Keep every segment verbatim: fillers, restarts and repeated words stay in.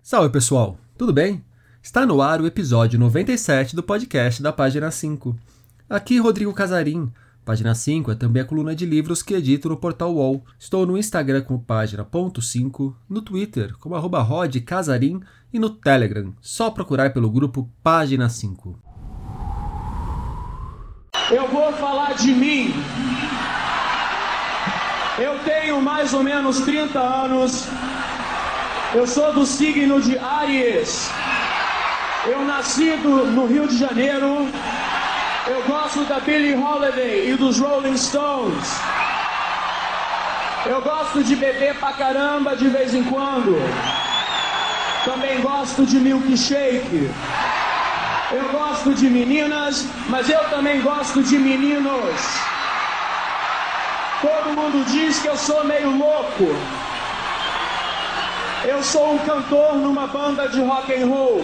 Salve pessoal, tudo bem? Está no ar o episódio noventa e sete do podcast da Página cinco. Aqui Rodrigo Casarim. Página cinco é também a coluna de livros que edito no portal U O L. Estou no Instagram como página ponto cinco, no Twitter como arroba rodcasarim e no Telegram, só procurar pelo grupo Página cinco. Eu vou falar de mim. Eu tenho mais ou menos trinta anos. Eu sou do signo de Áries. Eu nasci do, no Rio de Janeiro. Eu gosto da Billie Holiday e dos Rolling Stones. Eu gosto de beber pra caramba de vez em quando. Também gosto de milkshake. Eu gosto de meninas, mas eu também gosto de meninos. Todo mundo diz que eu sou meio louco. Eu sou um cantor numa banda de rock and roll.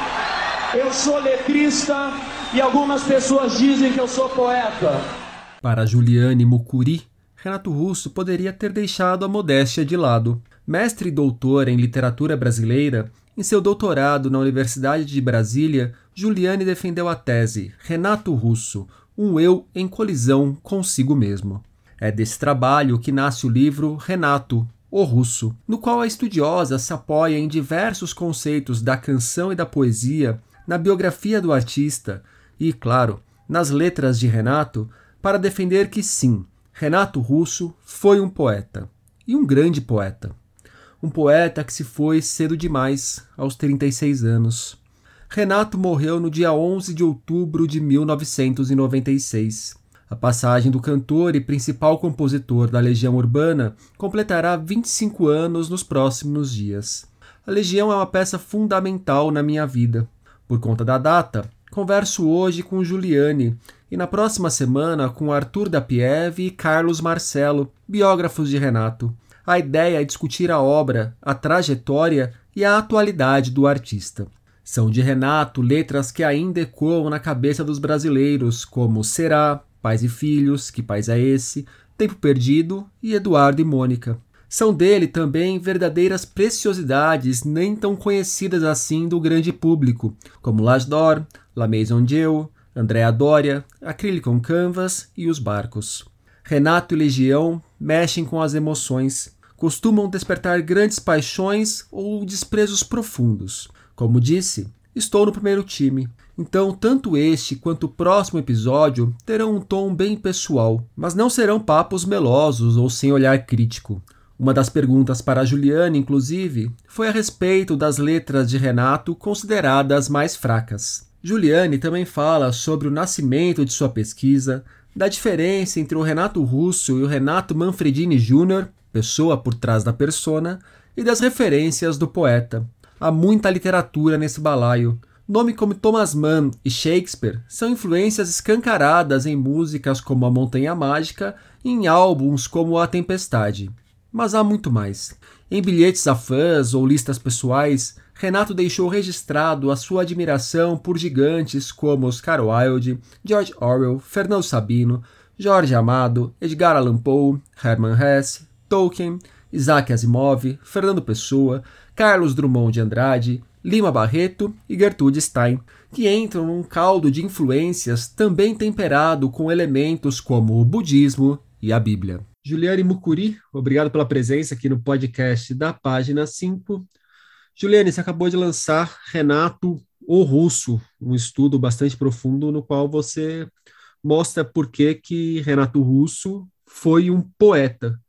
Eu sou letrista e algumas pessoas dizem que eu sou poeta. Para Juliane Mucuri, Renato Russo poderia ter deixado a modéstia de lado. Mestre e doutor em literatura brasileira, em seu doutorado na Universidade de Brasília, Juliane defendeu a tese Renato Russo, um eu em colisão consigo mesmo. É desse trabalho que nasce o livro Renato, o Russo, no qual a estudiosa se apoia em diversos conceitos da canção e da poesia, na biografia do artista e, claro, nas letras de Renato, para defender que sim, Renato Russo foi um poeta, e um grande poeta. Um poeta que se foi cedo demais, aos trinta e seis anos. Renato morreu no dia onze de outubro de mil novecentos e noventa e seis. A passagem do cantor e principal compositor da Legião Urbana completará vinte e cinco anos nos próximos dias. A Legião é uma peça fundamental na minha vida. Por conta da data, converso hoje com Juliane e na próxima semana com Arthur da Pieve e Carlos Marcelo, biógrafos de Renato. A ideia é discutir a obra, a trajetória e a atualidade do artista. São de Renato letras que ainda ecoam na cabeça dos brasileiros, como Será, Pais e Filhos, Que País é Esse?, Tempo Perdido e Eduardo e Mônica. São dele também verdadeiras preciosidades nem tão conhecidas assim do grande público, como L'Âge d'Or, La Maison Dieu, Andréa Doria, Acrílico on Canvas e Os Barcos. Renato e Legião mexem com as emoções, costumam despertar grandes paixões ou desprezos profundos. Como disse, estou no primeiro time. Então, tanto este quanto o próximo episódio terão um tom bem pessoal, mas não serão papos melosos ou sem olhar crítico. Uma das perguntas para a Juliane, inclusive, foi a respeito das letras de Renato consideradas mais fracas. Juliane também fala sobre o nascimento de sua pesquisa, da diferença entre o Renato Russo e o Renato Manfredini Júnior, pessoa por trás da persona, e das referências do poeta. Há muita literatura nesse balaio. Nome como Thomas Mann e Shakespeare são influências escancaradas em músicas como A Montanha Mágica e em álbuns como A Tempestade. Mas há muito mais. Em bilhetes a fãs ou listas pessoais, Renato deixou registrado a sua admiração por gigantes como Oscar Wilde, George Orwell, Fernando Sabino, Jorge Amado, Edgar Allan Poe, Hermann Hesse, Tolkien, Isaac Asimov, Fernando Pessoa, Carlos Drummond de Andrade, Lima Barreto e Gertrude Stein, que entram num caldo de influências também temperado com elementos como o budismo e a Bíblia. Juliane Mucuri, obrigado pela presença aqui no podcast da Página cinco. Juliane, você acabou de lançar Renato, o Russo, um estudo bastante profundo no qual você mostra por que que Renato Russo foi um poeta.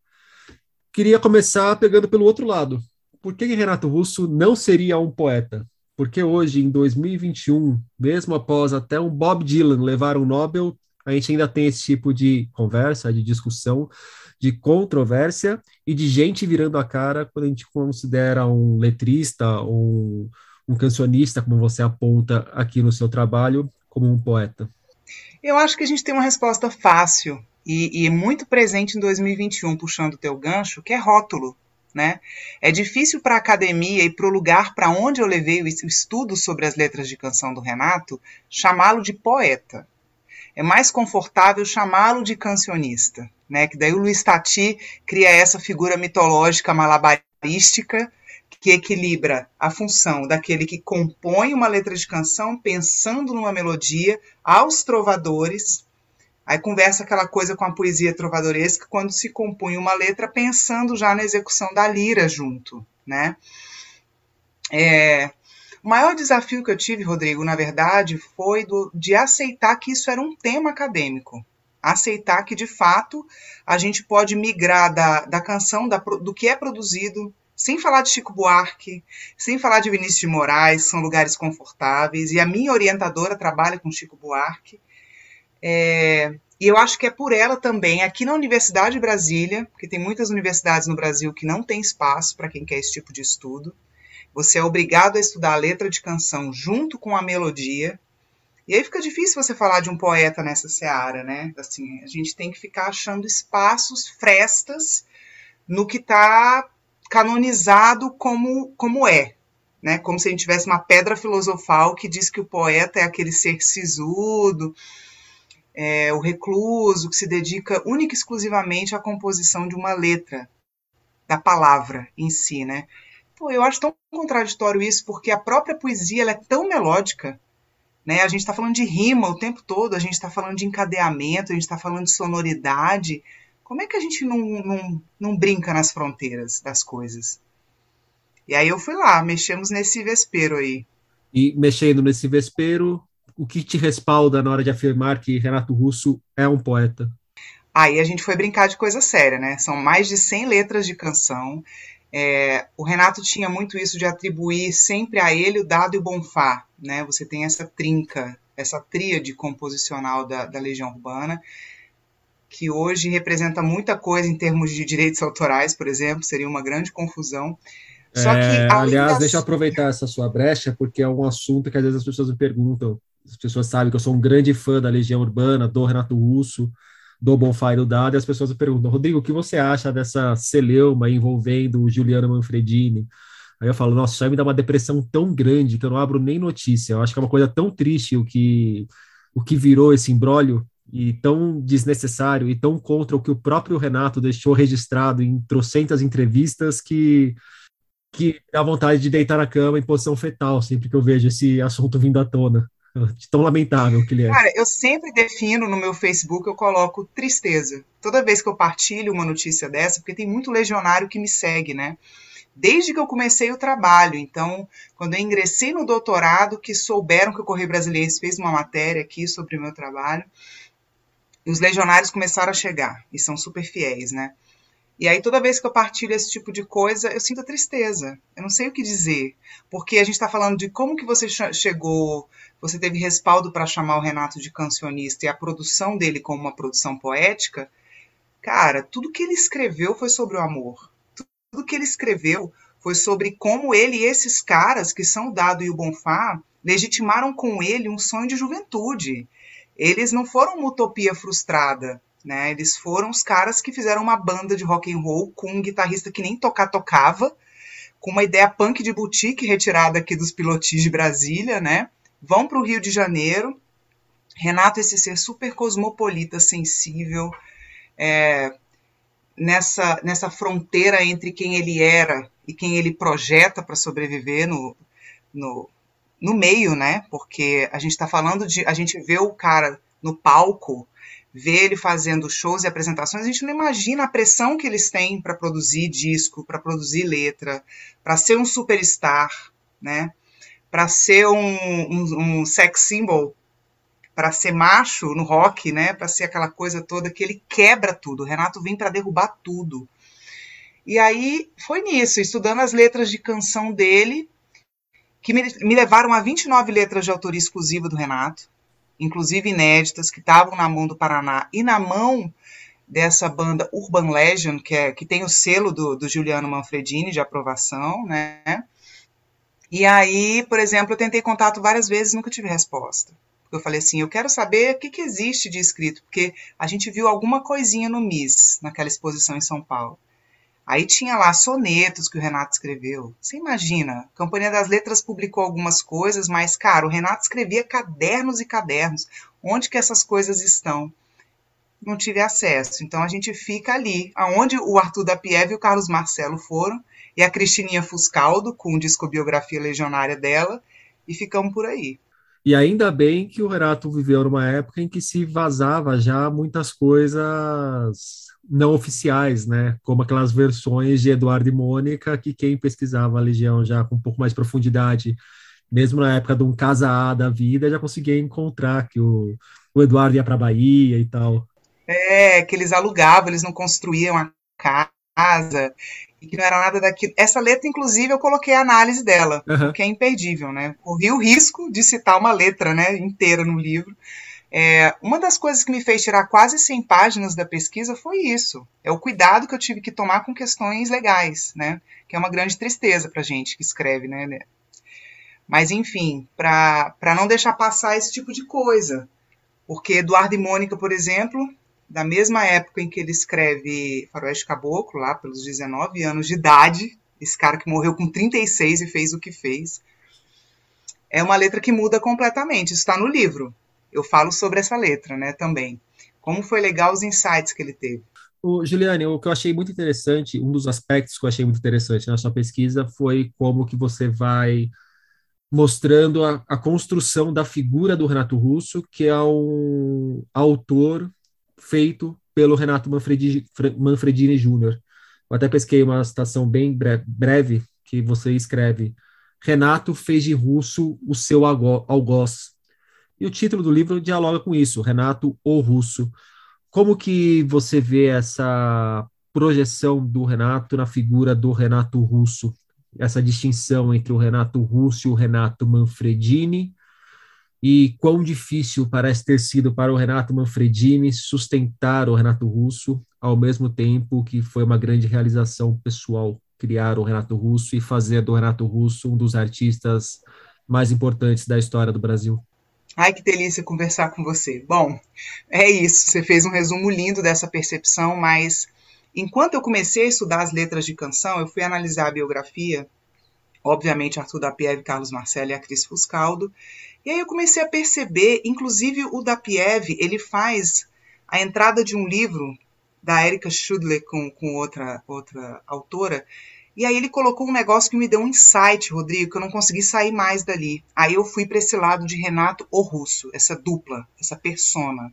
Queria começar pegando pelo outro lado. Por que Renato Russo não seria um poeta? Porque hoje, em dois mil e vinte e um, mesmo após até um Bob Dylan levar um Nobel, a gente ainda tem esse tipo de conversa, de discussão, de controvérsia e de gente virando a cara quando a gente considera um letrista ou um, um cancionista, como você aponta aqui no seu trabalho, como um poeta. Eu acho que a gente tem uma resposta fácil e, e muito presente em dois mil e vinte e um, puxando o teu gancho, que é rótulo. Né? É difícil para a academia e para o lugar para onde eu levei o estudo sobre as letras de canção do Renato chamá-lo de poeta. É mais confortável chamá-lo de cancionista, né? Que daí o Luiz Tati cria essa figura mitológica malabarística que equilibra a função daquele que compõe uma letra de canção pensando numa melodia aos trovadores. Aí conversa aquela coisa com a poesia trovadoresca quando se compunha uma letra pensando já na execução da lira junto, né? É, o maior desafio que eu tive, Rodrigo, na verdade, foi do, de aceitar que isso era um tema acadêmico. Aceitar que, de fato, a gente pode migrar da, da canção, da, do que é produzido, sem falar de Chico Buarque, sem falar de Vinícius de Moraes, que são lugares confortáveis, e a minha orientadora trabalha com Chico Buarque, é, e eu acho que é por ela também, aqui na Universidade de Brasília, porque tem muitas universidades no Brasil que não tem espaço para quem quer esse tipo de estudo, você é obrigado a estudar a letra de canção junto com a melodia, e aí fica difícil você falar de um poeta nessa seara, né? Assim, a gente tem que ficar achando espaços, frestas, no que está canonizado como, como é, né? Como se a gente tivesse uma pedra filosofal que diz que o poeta é aquele ser sisudo, é, o recluso, que se dedica única e exclusivamente à composição de uma letra, da palavra em si, né? Pô, eu acho tão contraditório isso, porque a própria poesia ela é tão melódica, né? A gente está falando de rima o tempo todo, a gente está falando de encadeamento, a gente está falando de sonoridade. Como é que a gente não, não, não brinca nas fronteiras das coisas? E aí eu fui lá, mexemos nesse vespeiro aí. E mexendo nesse vespeiro, o que te respalda na hora de afirmar que Renato Russo é um poeta? Aí a gente foi brincar de coisa séria, né? São mais de cem letras de canção. É, o Renato tinha muito isso de atribuir sempre a ele o Dado e o Bonfá, né? Você tem essa trinca, essa tríade composicional da, da Legião Urbana, que hoje representa muita coisa em termos de direitos autorais, por exemplo, seria uma grande confusão. Só que, é, aliás, das... deixa eu aproveitar essa sua brecha, porque é um assunto que às vezes as pessoas me perguntam. As pessoas sabem que eu sou um grande fã da Legião Urbana, do Renato Russo, do Bonfá e do Dado, e as pessoas me perguntam, Rodrigo, o que você acha dessa celeuma envolvendo o Giuliano Manfredini? Aí eu falo, nossa, isso aí me dá uma depressão tão grande que eu não abro nem notícia. Eu acho que é uma coisa tão triste o que, o que virou esse imbróglio, e tão desnecessário, e tão contra o que o próprio Renato deixou registrado em trocentas entrevistas, que, que dá vontade de deitar na cama em posição fetal sempre que eu vejo esse assunto vindo à tona. De tão lamentável que ele é. Cara, eu sempre defino no meu Facebook, eu coloco tristeza. Toda vez que eu partilho uma notícia dessa, porque tem muito legionário que me segue, né? Desde que eu comecei o trabalho. Então, quando eu ingressei no doutorado, que souberam que o Correio Brasiliense fez uma matéria aqui sobre o meu trabalho, e os legionários começaram a chegar, e são super fiéis, né? E aí, toda vez que eu partilho esse tipo de coisa, eu sinto tristeza. Eu não sei o que dizer. Porque a gente está falando de como que você chegou, você teve respaldo para chamar o Renato de cancionista e a produção dele como uma produção poética. Cara, tudo que ele escreveu foi sobre o amor. Tudo que ele escreveu foi sobre como ele e esses caras, que são o Dado e o Bonfá, legitimaram com ele um sonho de juventude. Eles não foram uma utopia frustrada, né? Eles foram os caras que fizeram uma banda de rock and roll com um guitarrista que nem tocar tocava, com uma ideia punk de boutique retirada aqui dos pilotis de Brasília, né? Vão para o Rio de Janeiro. Renato, esse ser super cosmopolita, sensível, é, nessa, nessa fronteira entre quem ele era e quem ele projeta para sobreviver no, no, no meio, né? Porque a gente está falando de... A gente vê o cara no palco, ver ele fazendo shows e apresentações, a gente não imagina a pressão que eles têm para produzir disco, para produzir letra, para ser um superstar, né? Para ser um, um, um sex symbol, para ser macho no rock, né? Para ser aquela coisa toda que ele quebra tudo. O Renato vem para derrubar tudo. E aí foi nisso, estudando as letras de canção dele, que me, me levaram a vinte e nove letras de autoria exclusiva do Renato, inclusive inéditas, que estavam na mão do Paraná e na mão dessa banda Urban Legend, que, é, que tem o selo do, do Giuliano Manfredini de aprovação, né? E aí, por exemplo, eu tentei contato várias vezes, nunca tive resposta. Eu falei assim, eu quero saber o que, que existe de escrito, porque a gente viu alguma coisinha no M I S, naquela exposição em São Paulo. Aí tinha lá sonetos que o Renato escreveu. Você imagina, a Companhia das Letras publicou algumas coisas, mas, cara, o Renato escrevia cadernos e cadernos. Onde que essas coisas estão? não tive acesso. Então a gente fica ali, aonde o Arthur da Pieve e o Carlos Marcelo foram, e a Cristininha Fuscaldo, com discobiografia legionária dela, e ficamos por aí. E ainda bem que o Renato viveu numa época em que se vazava já muitas coisas não oficiais, né? Como aquelas versões de Eduardo e Mônica, que quem pesquisava a Legião já com um pouco mais de profundidade, mesmo na época de um Casa A da vida, já conseguia encontrar que o, o Eduardo ia para a Bahia e tal. É, que eles alugavam, eles não construíam a casa, e que não era nada daquilo. Essa letra, inclusive, eu coloquei a análise dela, Uhum. que é imperdível, né? Corri o risco de citar uma letra, né, inteira no livro. É, uma das coisas que me fez tirar quase cem páginas da pesquisa foi isso. É o cuidado que eu tive que tomar com questões legais, né? Que é uma grande tristeza pra gente que escreve, né? Mas, enfim, para não deixar passar esse tipo de coisa. Porque Eduardo e Mônica, por exemplo, da mesma época em que ele escreve Faroeste Caboclo, lá pelos dezenove anos de idade, esse cara que morreu com trinta e seis e fez o que fez, é uma letra que muda completamente. Isso está no livro. Eu falo sobre essa letra, né, também. Como foi legal os insights que ele teve. O Juliane, o que eu achei muito interessante, um dos aspectos que eu achei muito interessante na sua pesquisa foi como que você vai mostrando a, a construção da figura do Renato Russo, que é um autor feito pelo Renato Manfredini, Manfredini Júnior. Eu até pesquei uma citação bem breve, breve que você escreve: Renato fez de Russo o seu algoz. E o título do livro dialoga com isso, Renato o Russo. Como que você vê essa projeção do Renato na figura do Renato Russo? Essa distinção entre o Renato Russo e o Renato Manfredini? E quão difícil parece ter sido para o Renato Manfredini sustentar o Renato Russo, ao mesmo tempo que foi uma grande realização pessoal criar o Renato Russo e fazer do Renato Russo um dos artistas mais importantes da história do Brasil. Ai, que delícia conversar com você. Bom, é isso. Você fez um resumo lindo dessa percepção, mas enquanto eu comecei a estudar as letras de canção, eu fui analisar a biografia, obviamente Arthur da Pieve, Carlos Marcelo e a Cris Fuscaldo, e aí eu comecei a perceber, inclusive o da Pieve, ele faz a entrada de um livro da Erika Schudler com, com outra, outra autora, e aí ele colocou um negócio que me deu um insight, Rodrigo, que eu não consegui sair mais dali. Aí eu fui para esse lado de Renato o Russo, essa dupla, essa persona.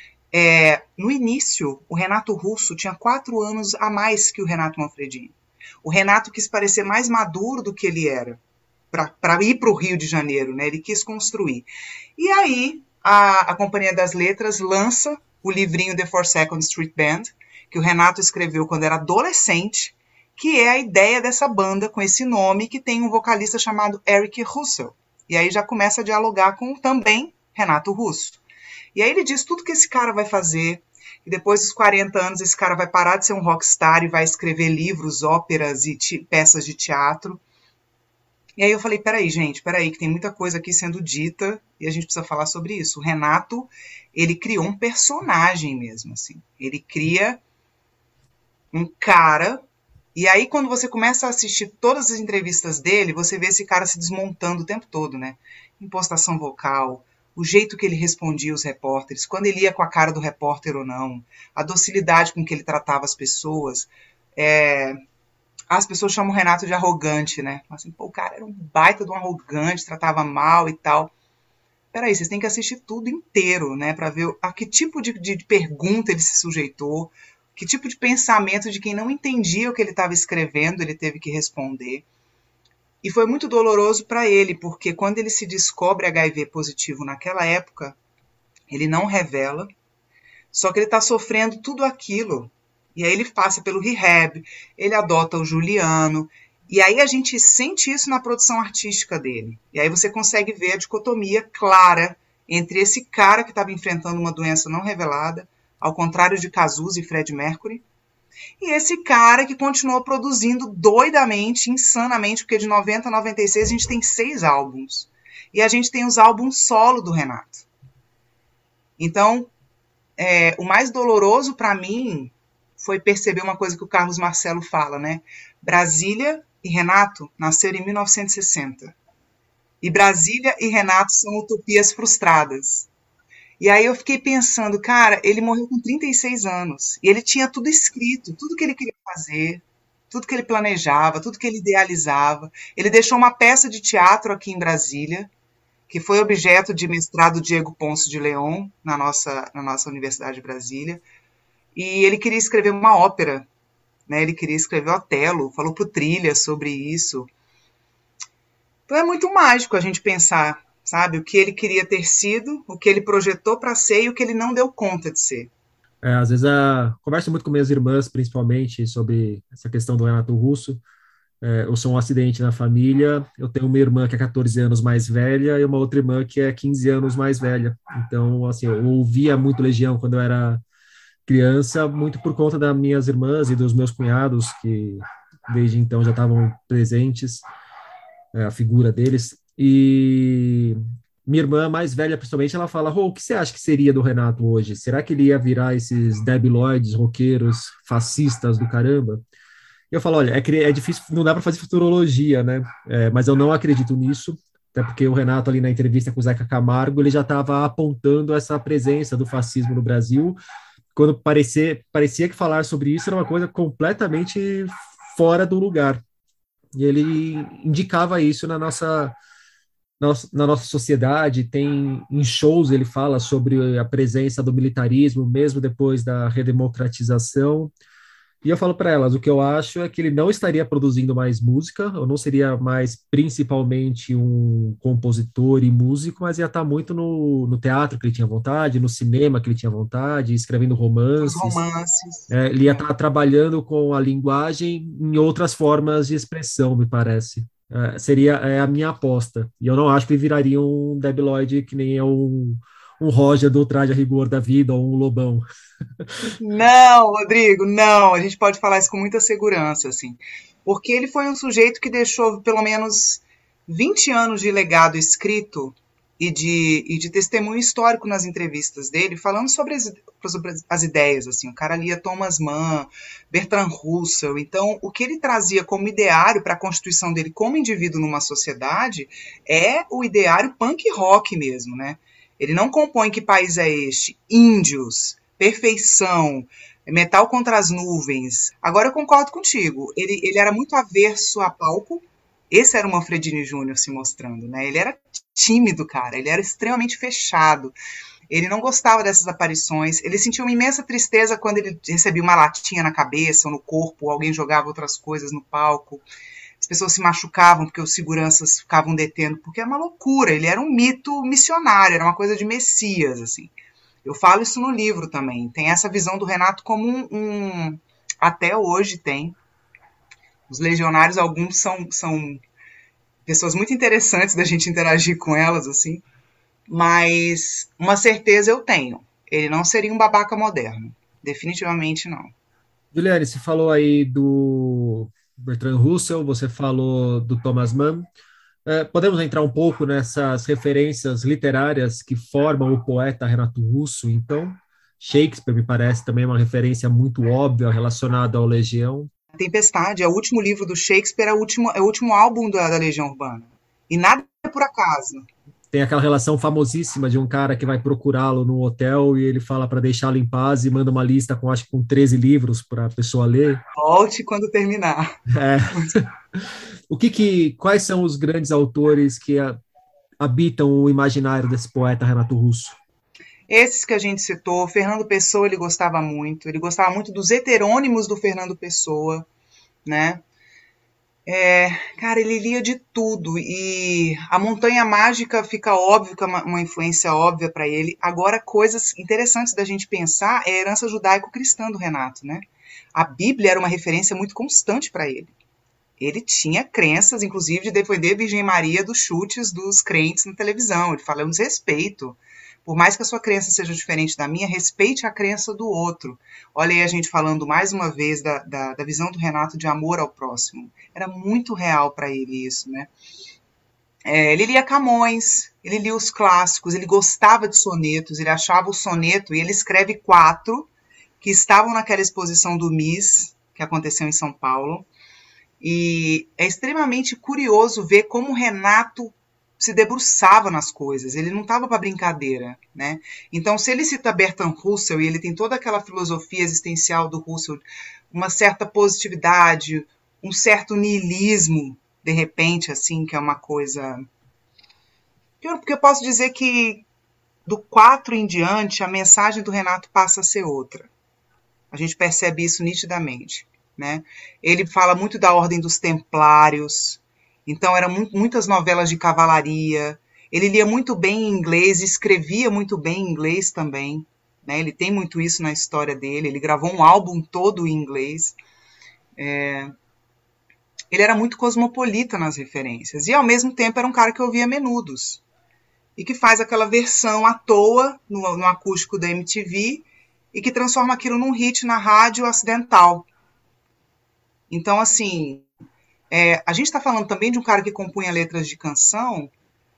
É, no início, o Renato Russo tinha quatro anos a mais que o Renato Manfredini. O Renato quis parecer mais maduro do que ele era, para ir para o Rio de Janeiro, né? Ele quis construir. E aí a, a Companhia das Letras lança o livrinho The Four Second Street Band, que o Renato escreveu quando era adolescente, que é a ideia dessa banda com esse nome, que tem um vocalista chamado Eric Russell. E aí já começa a dialogar com também Renato Russo. E aí ele diz tudo que esse cara vai fazer, e depois dos quarenta anos esse cara vai parar de ser um rockstar e vai escrever livros, óperas e peças de teatro. E aí eu falei, peraí, gente, peraí, que tem muita coisa aqui sendo dita e a gente precisa falar sobre isso. O Renato, ele criou um personagem mesmo, assim. Ele cria um cara. E aí, quando você começa a assistir todas as entrevistas dele, você vê esse cara se desmontando o tempo todo, né? Impostação vocal, o jeito que ele respondia os repórteres, quando ele ia com a cara do repórter ou não, a docilidade com que ele tratava as pessoas. É... As pessoas chamam o Renato de arrogante, né? Assim, pô, o cara era um baita de um arrogante, tratava mal e tal. Peraí, vocês têm que assistir tudo inteiro, né? Pra ver a que tipo de, de pergunta ele se sujeitou, que tipo de pensamento de quem não entendia o que ele estava escrevendo, ele teve que responder. E foi muito doloroso para ele, porque quando ele se descobre H I V positivo naquela época, ele não revela, só que ele está sofrendo tudo aquilo. E aí ele passa pelo rehab, ele adota o Juliano, e aí a gente sente isso na produção artística dele. E aí você consegue ver a dicotomia clara entre esse cara que estava enfrentando uma doença não revelada, ao contrário de Cazuza e Fred Mercury, e esse cara que continuou produzindo doidamente, insanamente, porque de noventa a noventa e seis a gente tem seis álbuns. E a gente tem os álbuns solo do Renato. Então, é, o mais doloroso para mim foi perceber uma coisa que o Carlos Marcelo fala, né? Brasília e Renato nasceram em mil novecentos e sessenta. E Brasília e Renato são utopias frustradas. E aí eu fiquei pensando, cara, ele morreu com trinta e seis anos. E ele tinha tudo escrito, tudo que ele queria fazer, tudo que ele planejava, tudo que ele idealizava. Ele deixou uma peça de teatro aqui em Brasília, que foi objeto de mestrado Diego Ponce de Leon, na nossa, na nossa Universidade de Brasília. E ele queria escrever uma ópera, né? Ele queria escrever Otelo, falou pro Trilha sobre isso. Então é muito mágico a gente pensar, sabe, o que ele queria ter sido, o que ele projetou para ser e o que ele não deu conta de ser. É, às vezes a converso muito com minhas irmãs, principalmente, sobre essa questão do Renato Russo. É, eu sou um acidente na família, eu tenho uma irmã que é catorze anos mais velha e uma outra irmã que é quinze anos mais velha. Então, assim, eu ouvia muito Legião quando eu era criança, muito por conta das minhas irmãs e dos meus cunhados, que desde então já estavam presentes, é, a figura deles. E minha irmã mais velha, principalmente, ela fala: Rô, o que você acha que seria do Renato hoje? Será que ele ia virar esses debilóides, roqueiros, fascistas do caramba? E eu falo: olha, é, é difícil, não dá para fazer futurologia, né? É, mas eu não acredito nisso, até porque o Renato, ali na entrevista com o Zeca Camargo, ele já estava apontando essa presença do fascismo no Brasil, quando parecia, parecia que falar sobre isso era uma coisa completamente fora do lugar. E ele indicava isso na nossa, na nossa sociedade. Tem em shows, ele fala sobre a presença do militarismo, mesmo depois da redemocratização. E eu falo para elas, o que eu acho é que ele não estaria produzindo mais música, ou não seria mais principalmente um compositor e músico, mas ia estar muito no, no teatro que ele tinha vontade, no cinema que ele tinha vontade, escrevendo Os romances. romances. É, ele ia estar trabalhando com a linguagem em outras formas de expressão, me parece. É, seria é a minha aposta. E eu não acho que ele viraria um debilóide que nem é um, um Roger do Traje a Rigor da vida, ou um Lobão. Não, Rodrigo, não. A gente pode falar isso com muita segurança, assim. Porque ele foi um sujeito que deixou pelo menos vinte anos de legado escrito e de, e de testemunho histórico nas entrevistas dele, falando sobre as, sobre as ideias, assim. O cara lia Thomas Mann, Bertrand Russell. Então, o que ele trazia como ideário para a constituição dele como indivíduo numa sociedade é o ideário punk rock mesmo, né? Ele não compõe Que País é Este? Índios, Perfeição, Metal contra as Nuvens. Agora eu concordo contigo. Ele, ele era muito averso a palco. Esse era o Manfredini Júnior se mostrando, né? Ele era tímido, cara. Ele era extremamente fechado. Ele não gostava dessas aparições. Ele sentia uma imensa tristeza quando ele recebia uma latinha na cabeça ou no corpo, ou alguém jogava outras coisas no palco. As pessoas se machucavam porque os seguranças ficavam detendo, porque era uma loucura. Ele era um mito missionário, era uma coisa de Messias, assim. Eu falo isso no livro também. Tem essa visão do Renato como um... um até hoje tem. Os legionários, alguns são, são pessoas muito interessantes da gente interagir com elas, assim. Mas uma certeza eu tenho. Ele não seria um babaca moderno. Definitivamente não. Juliane, você falou aí do Bertrand Russell, você falou do Thomas Mann. É, podemos entrar um pouco nessas referências literárias que formam o poeta Renato Russo, então? Shakespeare, me parece, também é uma referência muito óbvia relacionada ao Legião. Tempestade é o último livro do Shakespeare, é o último, é o último álbum da, da Legião Urbana. E nada é por acaso. Tem aquela relação famosíssima de um cara que vai procurá-lo no hotel e ele fala para deixá-lo em paz e manda uma lista com, acho que com treze livros para a pessoa ler. Volte quando terminar. É. O que que, quais são os grandes autores que a, habitam o imaginário desse poeta Renato Russo? Esses que a gente citou, Fernando Pessoa ele gostava muito, ele gostava muito dos heterônimos do Fernando Pessoa, né? É, cara, ele lia de tudo e a Montanha Mágica fica óbvio que é uma, uma influência óbvia para ele. Agora, coisas interessantes da gente pensar é a herança judaico-cristã do Renato, né? A Bíblia era uma referência muito constante para ele. Ele tinha crenças, inclusive, de defender a Virgem Maria dos chutes dos crentes na televisão. Ele fala, eu desrespeito. Por mais que a sua crença seja diferente da minha, respeite a crença do outro. Olha aí a gente falando mais uma vez da, da, da visão do Renato de amor ao próximo. Era muito real para ele isso, né? É, ele lia Camões, ele lia os clássicos, ele gostava de sonetos, ele achava o soneto, e ele escreve quatro que estavam naquela exposição do M I S, que aconteceu em São Paulo. E é extremamente curioso ver como o Renato se debruçava nas coisas, ele não estava para brincadeira, né? Então, se ele cita Bertrand Russell, e ele tem toda aquela filosofia existencial do Russell, uma certa positividade, um certo niilismo, de repente, assim, que é uma coisa... Porque eu posso dizer que do quatro em diante, a mensagem do Renato passa a ser outra. A gente percebe isso nitidamente, né? Ele fala muito da Ordem dos Templários, então eram muitas novelas de cavalaria. Ele lia muito bem em inglês, escrevia muito bem em inglês também, né? Ele tem muito isso na história dele. Ele gravou um álbum todo em inglês. É... Ele era muito cosmopolita nas referências. E, ao mesmo tempo, era um cara que ouvia Menudos. E que faz aquela versão à toa no, no acústico da M T V e que transforma aquilo num hit na rádio acidental. Então, assim, é, a gente está falando também de um cara que compunha letras de canção,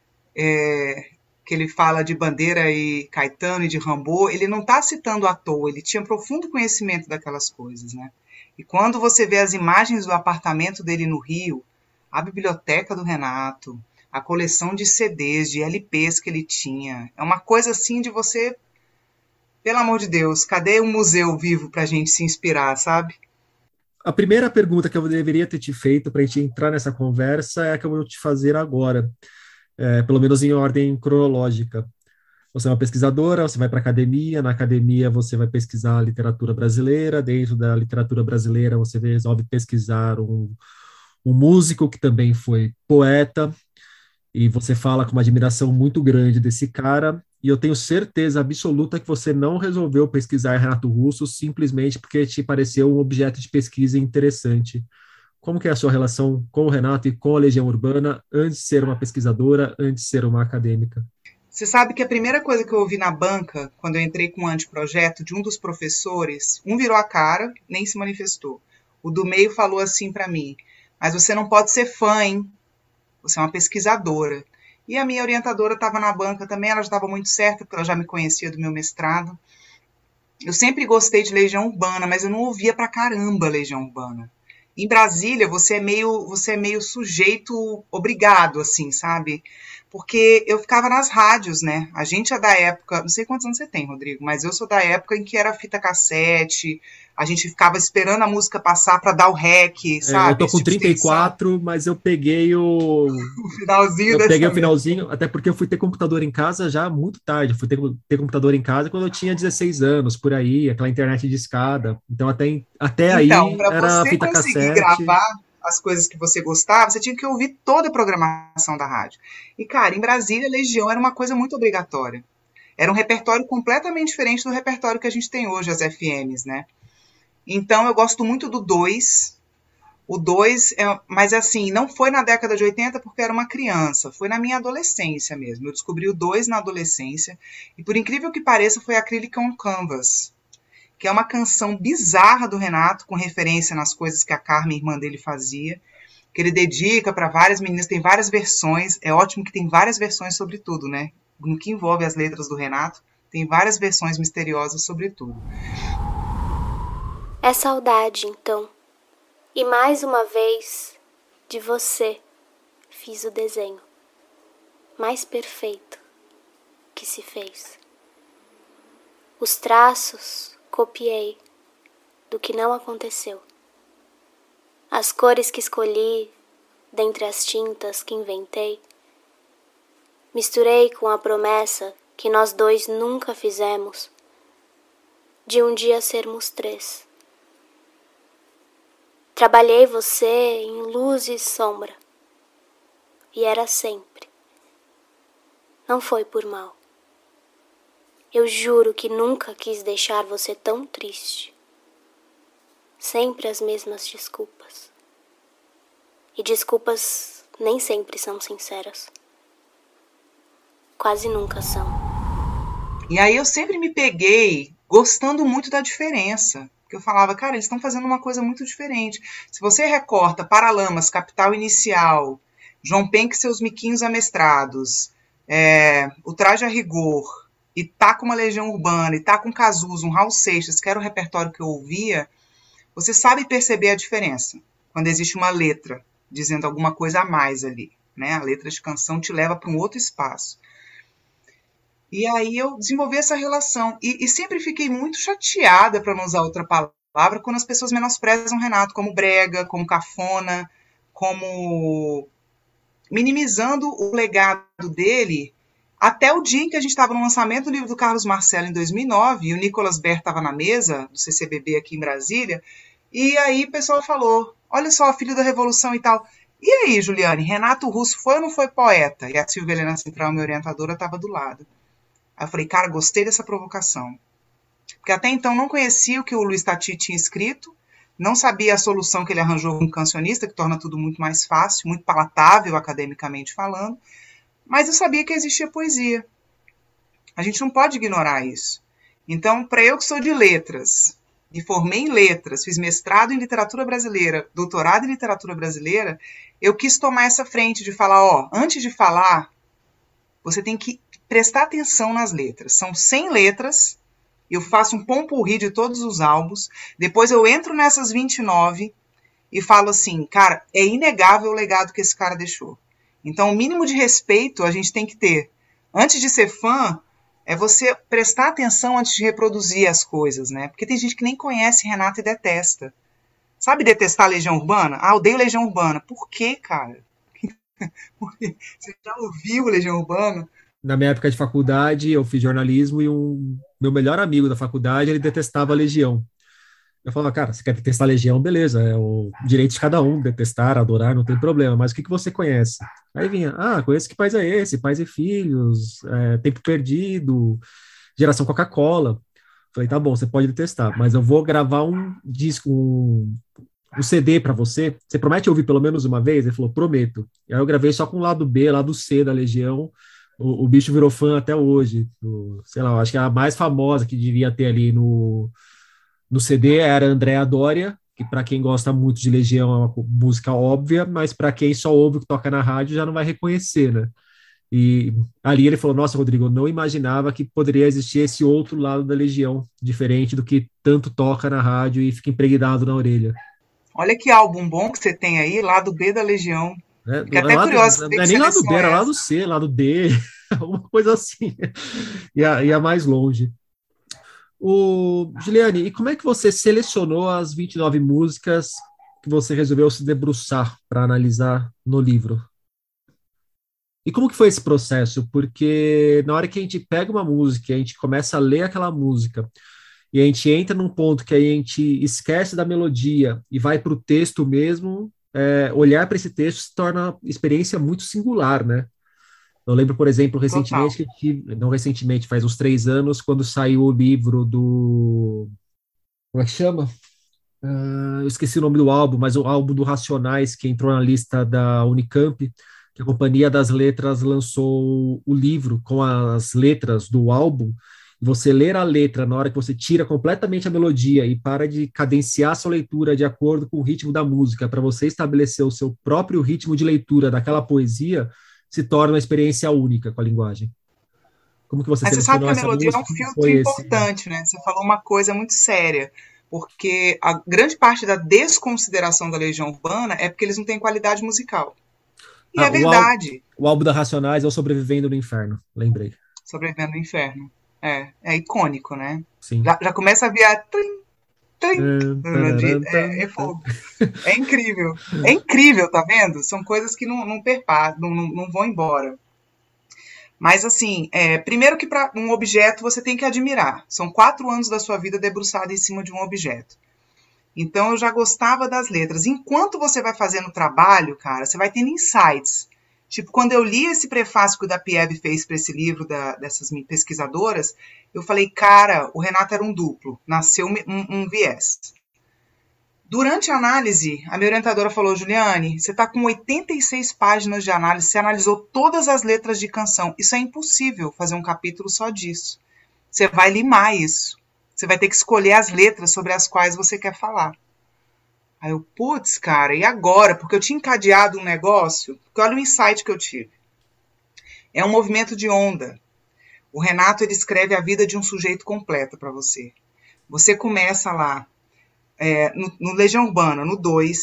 é, que ele fala de Bandeira e Caetano e de Rimbaud. Ele não está citando à toa, ele tinha profundo conhecimento daquelas coisas, né? E quando você vê as imagens do apartamento dele no Rio, a biblioteca do Renato, a coleção de C Ds, de L Ps que ele tinha, é uma coisa assim de você, pelo amor de Deus, cadê um museu vivo pra gente se inspirar, sabe? A primeira pergunta que eu deveria ter te feito para a gente entrar nessa conversa é a que eu vou te fazer agora, é, pelo menos em ordem cronológica. Você é uma pesquisadora, você vai para a academia, na academia você vai pesquisar literatura brasileira, dentro da literatura brasileira você resolve pesquisar um, um músico que também foi poeta, e você fala com uma admiração muito grande desse cara, e eu tenho certeza absoluta que você não resolveu pesquisar Renato Russo simplesmente porque te pareceu um objeto de pesquisa interessante. Como que é a sua relação com o Renato e com a Legião Urbana antes de ser uma pesquisadora, antes de ser uma acadêmica? Você sabe que a primeira coisa que eu ouvi na banca, quando eu entrei com o anteprojeto, de um dos professores, um virou a cara, nem se manifestou. O do meio falou assim para mim: mas você não pode ser fã, hein? Você é uma pesquisadora. E a minha orientadora estava na banca também, ela já estava muito certa, porque ela já me conhecia do meu mestrado. Eu sempre gostei de Legião Urbana, mas eu não ouvia pra caramba Legião Urbana. Em Brasília, você é meio, você é meio sujeito obrigado, assim, sabe? Porque eu ficava nas rádios, né? A gente é da época, não sei quantos anos você tem, Rodrigo, mas eu sou da época em que era fita cassete, a gente ficava esperando a música passar para dar o rec, sabe? É, eu tô com trinta e quatro, mas eu peguei o... o finalzinho Eu dessa peguei o vez. finalzinho, até porque eu fui ter computador em casa já muito tarde. Fui ter, ter computador em casa quando eu tinha dezesseis anos, por aí, aquela internet de escada. Então, até, até Então, aí, para era você fita conseguir cassete. gravar as coisas que você gostava, você tinha que ouvir toda a programação da rádio. E, cara, em Brasília, Legião era uma coisa muito obrigatória. Era um repertório completamente diferente do repertório que a gente tem hoje, as F Ms, né? Então, eu gosto muito do dois. O dois, é, mas assim, não foi na década de oitenta porque eu era uma criança, foi na minha adolescência mesmo. Eu descobri o dois na adolescência, e por incrível que pareça, foi Acrylic on Canvas, que é uma canção bizarra do Renato, com referência nas coisas que a Carmen, irmã dele, fazia, que ele dedica para várias meninas, tem várias versões. É ótimo que tem várias versões sobre tudo, né? No que envolve as letras do Renato, tem várias versões misteriosas sobre tudo. É saudade, então. E mais uma vez, de você, fiz o desenho mais perfeito que se fez. Os traços copiei do que não aconteceu. As cores que escolhi, dentre as tintas que inventei, misturei com a promessa que nós dois nunca fizemos, de um dia sermos três. Trabalhei você em luz e sombra, e era sempre. Não foi por mal. Eu juro que nunca quis deixar você tão triste. Sempre as mesmas desculpas. E desculpas nem sempre são sinceras. Quase nunca são. E aí eu sempre me peguei gostando muito da diferença. Porque eu falava, cara, eles estão fazendo uma coisa muito diferente. Se você recorta Paralamas, Capital Inicial, João Penck e seus miquinhos amestrados, é, o Traje a Rigor, e tá com uma Legião Urbana, e tá com Cazuza, um Raul Seixas, que era o repertório que eu ouvia, você sabe perceber a diferença quando existe uma letra dizendo alguma coisa a mais ali, né? A letra de canção te leva para um outro espaço. E aí eu desenvolvi essa relação. E, e sempre fiquei muito chateada, para não usar outra palavra, quando as pessoas menosprezam o Renato como brega, como cafona, como minimizando o legado dele, até o dia em que a gente estava no lançamento do livro do Carlos Marcelo, em dois mil e nove, e o Nicolas Ber estava na mesa do C C B B aqui em Brasília, e aí o pessoal falou, olha só, filho da Revolução e tal. E aí, Juliane, Renato Russo foi ou não foi poeta? E a Silvia Helena Central, minha orientadora, estava do lado. Aí eu falei, cara, gostei dessa provocação. Porque até então não conhecia o que o Luiz Tati tinha escrito, não sabia a solução que ele arranjou com um cancionista, que torna tudo muito mais fácil, muito palatável academicamente falando, mas eu sabia que existia poesia. A gente não pode ignorar isso. Então, para eu que sou de letras, me formei em letras, fiz mestrado em literatura brasileira, doutorado em literatura brasileira, eu quis tomar essa frente de falar, ó, antes de falar, você tem que prestar atenção nas letras. São cem letras, eu faço um pompourri de todos os álbuns, depois eu entro nessas vinte e nove e falo assim, cara, é inegável o legado que esse cara deixou. Então, o mínimo de respeito a gente tem que ter. Antes de ser fã, é você prestar atenção antes de reproduzir as coisas, né? Porque tem gente que nem conhece Renato e detesta. Sabe detestar Legião Urbana? Ah, odeio Legião Urbana. Por quê, cara? Você já ouviu Legião Urbana? Na minha época de faculdade, eu fiz jornalismo e um meu melhor amigo da faculdade, ele detestava a Legião. Eu falava, cara, você quer detestar a Legião? Beleza, é o direito de cada um, detestar, adorar, não tem problema, mas o que, que você conhece? Aí vinha, ah, conheço Que País é Esse? Pais e Filhos, é, Tempo Perdido, Geração Coca-Cola. Falei, tá bom, você pode detestar, mas eu vou gravar um disco, um, um C D para você, você promete ouvir pelo menos uma vez? Ele falou, prometo. E aí eu gravei só com o lado B, lado C da Legião. O, o bicho virou fã até hoje. O, sei lá, eu acho que a mais famosa que devia ter ali no... No C D era Andréa Doria, que para quem gosta muito de Legião é uma música óbvia, mas para quem só ouve o que toca na rádio já não vai reconhecer, né? E ali ele falou, nossa, Rodrigo, eu não imaginava que poderia existir esse outro lado da Legião, diferente do que tanto toca na rádio e fica impregnado na orelha. Olha que álbum bom que você tem aí, lado B da Legião. É, Fiquei até curioso. Não é nem lado B, era lado C, lado D, alguma coisa assim. E a, e a mais longe. O, Juliane, e como é que você selecionou as vinte e nove músicas que você resolveu se debruçar para analisar no livro? E como que foi esse processo? Porque na hora que a gente pega uma música, a gente começa a ler aquela música, e a gente entra num ponto que a gente esquece da melodia e vai para o texto mesmo, é, olhar para esse texto se torna uma experiência muito singular, né? Eu lembro, por exemplo, recentemente, que tive, não recentemente, faz uns três anos, quando saiu o livro do... Como é que chama? Uh, eu esqueci o nome do álbum, mas o álbum do Racionais, que entrou na lista da Unicamp, que a Companhia das Letras lançou o livro com as letras do álbum. Você ler a letra na hora que você tira completamente a melodia e para de cadenciar a sua leitura de acordo com o ritmo da música, para você estabelecer o seu próprio ritmo de leitura daquela poesia, se torna uma experiência única com a linguagem. Como que você Mas você sabe que a essa melodia música? é um filtro importante, esse... né? Você falou uma coisa muito séria, porque a grande parte da desconsideração da Legião Urbana é porque eles não têm qualidade musical. E ah, é verdade. O, o álbum da Racionais é o Sobrevivendo no Inferno, lembrei. Sobrevivendo no Inferno. É, é icônico, né? Sim. Já, já começa a virar... É, é fogo. É incrível. É incrível, tá vendo? São coisas que não, não perpassam, não, não, não vão embora. Mas, assim, é, primeiro que para um objeto você tem que admirar. São quatro anos da sua vida debruçado em cima de um objeto. Então, eu já gostava das letras. Enquanto você vai fazendo o trabalho, cara, você vai tendo insights. Tipo, quando eu li esse prefácio que o Dapiev fez para esse livro da, dessas pesquisadoras, eu falei, cara, o Renato era um duplo, nasceu um, um viés. Durante a análise, a minha orientadora falou, Juliane, você está com oitenta e seis páginas de análise, você analisou todas as letras de canção. Isso é impossível fazer um capítulo só disso. Você vai limar isso. Você vai ter que escolher as letras sobre as quais você quer falar. Aí eu, putz, cara, e agora? Porque eu tinha encadeado um negócio, porque olha o insight que eu tive. É um movimento de onda. O Renato, ele escreve a vida de um sujeito completo para você. Você começa lá, é, no, no Legião Urbana, no dois,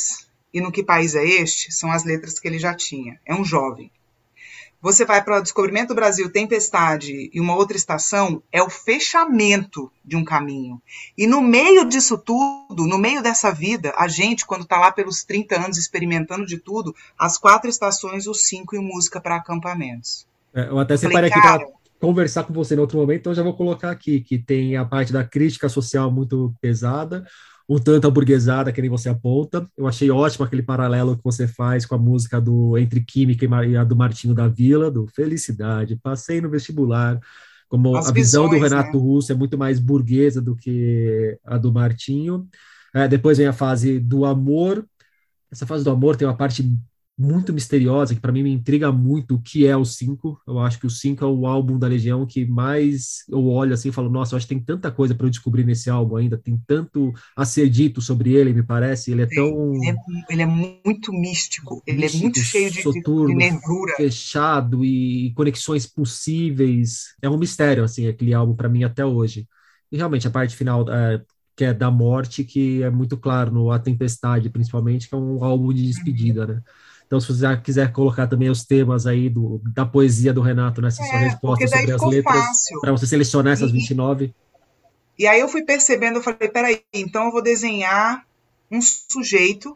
e No Que País é Este são as letras que ele já tinha. É um jovem. Você vai para o Descobrimento do Brasil, Tempestade e Uma Outra Estação, é o fechamento de um caminho. E no meio disso tudo, no meio dessa vida, a gente, quando está lá pelos trinta anos experimentando de tudo, As Quatro Estações, Os Cinco e Música para Acampamentos. É, eu até separei aqui para conversar com você em outro momento, então já vou colocar aqui, que tem a parte da crítica social muito pesada, um tanto aburguesada, que nem você aponta. Eu achei ótimo aquele paralelo que você faz com a música do Entre Química e a do Martinho da Vila, do Felicidade, passei no vestibular, como As a visão visões, do Renato né? Russo é muito mais burguesa do que a do Martinho. É, depois vem a fase do amor. Essa fase do amor tem uma parte muito misteriosa, que para mim me intriga muito o que é o Cinco. Eu acho que o Cinco é o álbum da Legião que mais eu olho assim e falo, nossa, eu acho que tem tanta coisa para eu descobrir nesse álbum ainda, tem tanto a ser dito sobre ele, me parece. Ele é tão Ele é, ele é muito místico, ele é muito místico, cheio de, de, de soturno, nervura. fechado e conexões possíveis. É um mistério, assim, aquele álbum para mim até hoje. E realmente a parte final, é, que é da morte, que é muito claro no A Tempestade, principalmente, que é um álbum de despedida, né? Então, se você já quiser colocar também os temas aí do, da poesia do Renato nessa sua É, resposta porque daí sobre as ficou letras, fácil. para você selecionar essas E, vinte e nove. e aí eu fui percebendo, eu falei, peraí, então eu vou desenhar um sujeito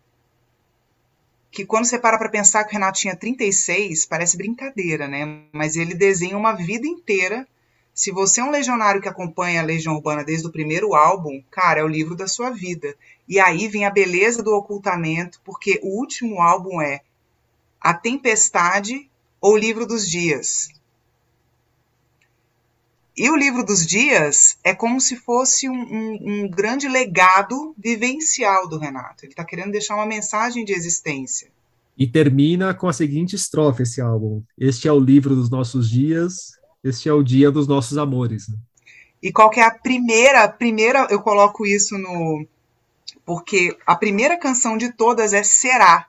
que quando você para para pensar que o Renato tinha trinta e seis, parece brincadeira, né? Mas ele desenha uma vida inteira. Se você é um legionário que acompanha a Legião Urbana desde o primeiro álbum, cara, é o livro da sua vida. E aí vem a beleza do ocultamento, porque o último álbum é A Tempestade ou Livro dos Dias. E o Livro dos Dias é como se fosse um, um, um grande legado vivencial do Renato. Ele está querendo deixar uma mensagem de existência. E termina com a seguinte estrofe, esse álbum. Este é o livro dos nossos dias, este é o dia dos nossos amores. E qual que é a primeira, primeira, eu coloco isso no... Porque a primeira canção de todas é Será.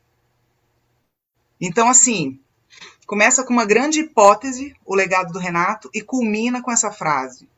Então, assim, começa com uma grande hipótese, o legado do Renato, e culmina com essa frase.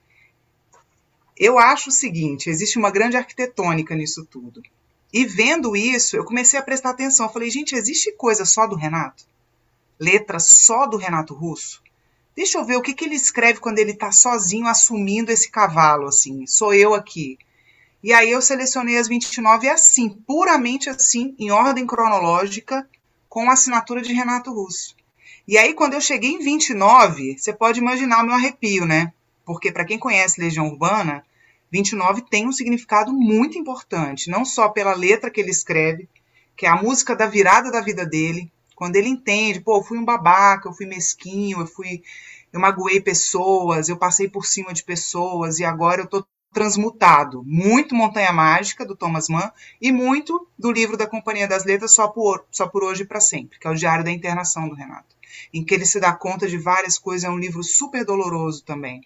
Eu acho o seguinte, existe uma grande arquitetônica nisso tudo. E vendo isso, eu comecei a prestar atenção. Eu falei, gente, existe coisa só do Renato? Letra só do Renato Russo? Deixa eu ver o que, que ele escreve quando ele está sozinho assumindo esse cavalo, assim. Sou eu aqui. E aí eu selecionei as vinte e nove assim, puramente assim, em ordem cronológica, com a assinatura de Renato Russo. E aí, quando eu cheguei em vinte e nove, você pode imaginar o meu arrepio, né? Porque, para quem conhece Legião Urbana, vinte e nove tem um significado muito importante, não só pela letra que ele escreve, que é a música da virada da vida dele, quando ele entende, pô, eu fui um babaca, eu fui mesquinho, eu fui, eu magoei pessoas, eu passei por cima de pessoas e agora eu tô transmutado. Muito Montanha Mágica, do Thomas Mann, e muito do livro da Companhia das Letras, Só por, só por Hoje e para Sempre, que é o Diário da Internação do Renato, em que ele se dá conta de várias coisas, é um livro super doloroso também.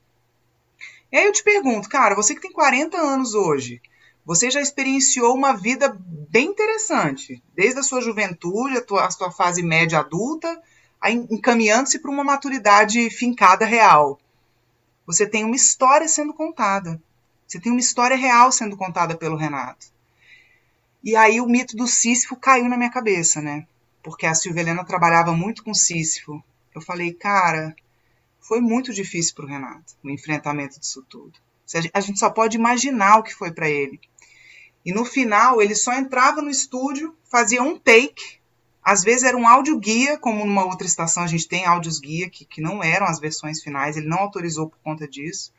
E aí eu te pergunto, cara, você que tem quarenta anos hoje, você já experienciou uma vida bem interessante, desde a sua juventude, a, tua, a sua fase média adulta, encaminhando-se para uma maturidade fincada real. Você tem uma história sendo contada. Você tem uma história real sendo contada pelo Renato. E aí o mito do Sísifo caiu na minha cabeça, né? Porque a Silvia Helena trabalhava muito com Sísifo. Eu falei, cara, foi muito difícil para o Renato, o enfrentamento disso tudo. A gente só pode imaginar o que foi para ele. E no final, ele só entrava no estúdio, fazia um take, às vezes era um áudio guia, como numa outra estação a gente tem áudios guia, que, que não eram as versões finais, ele não autorizou por conta disso,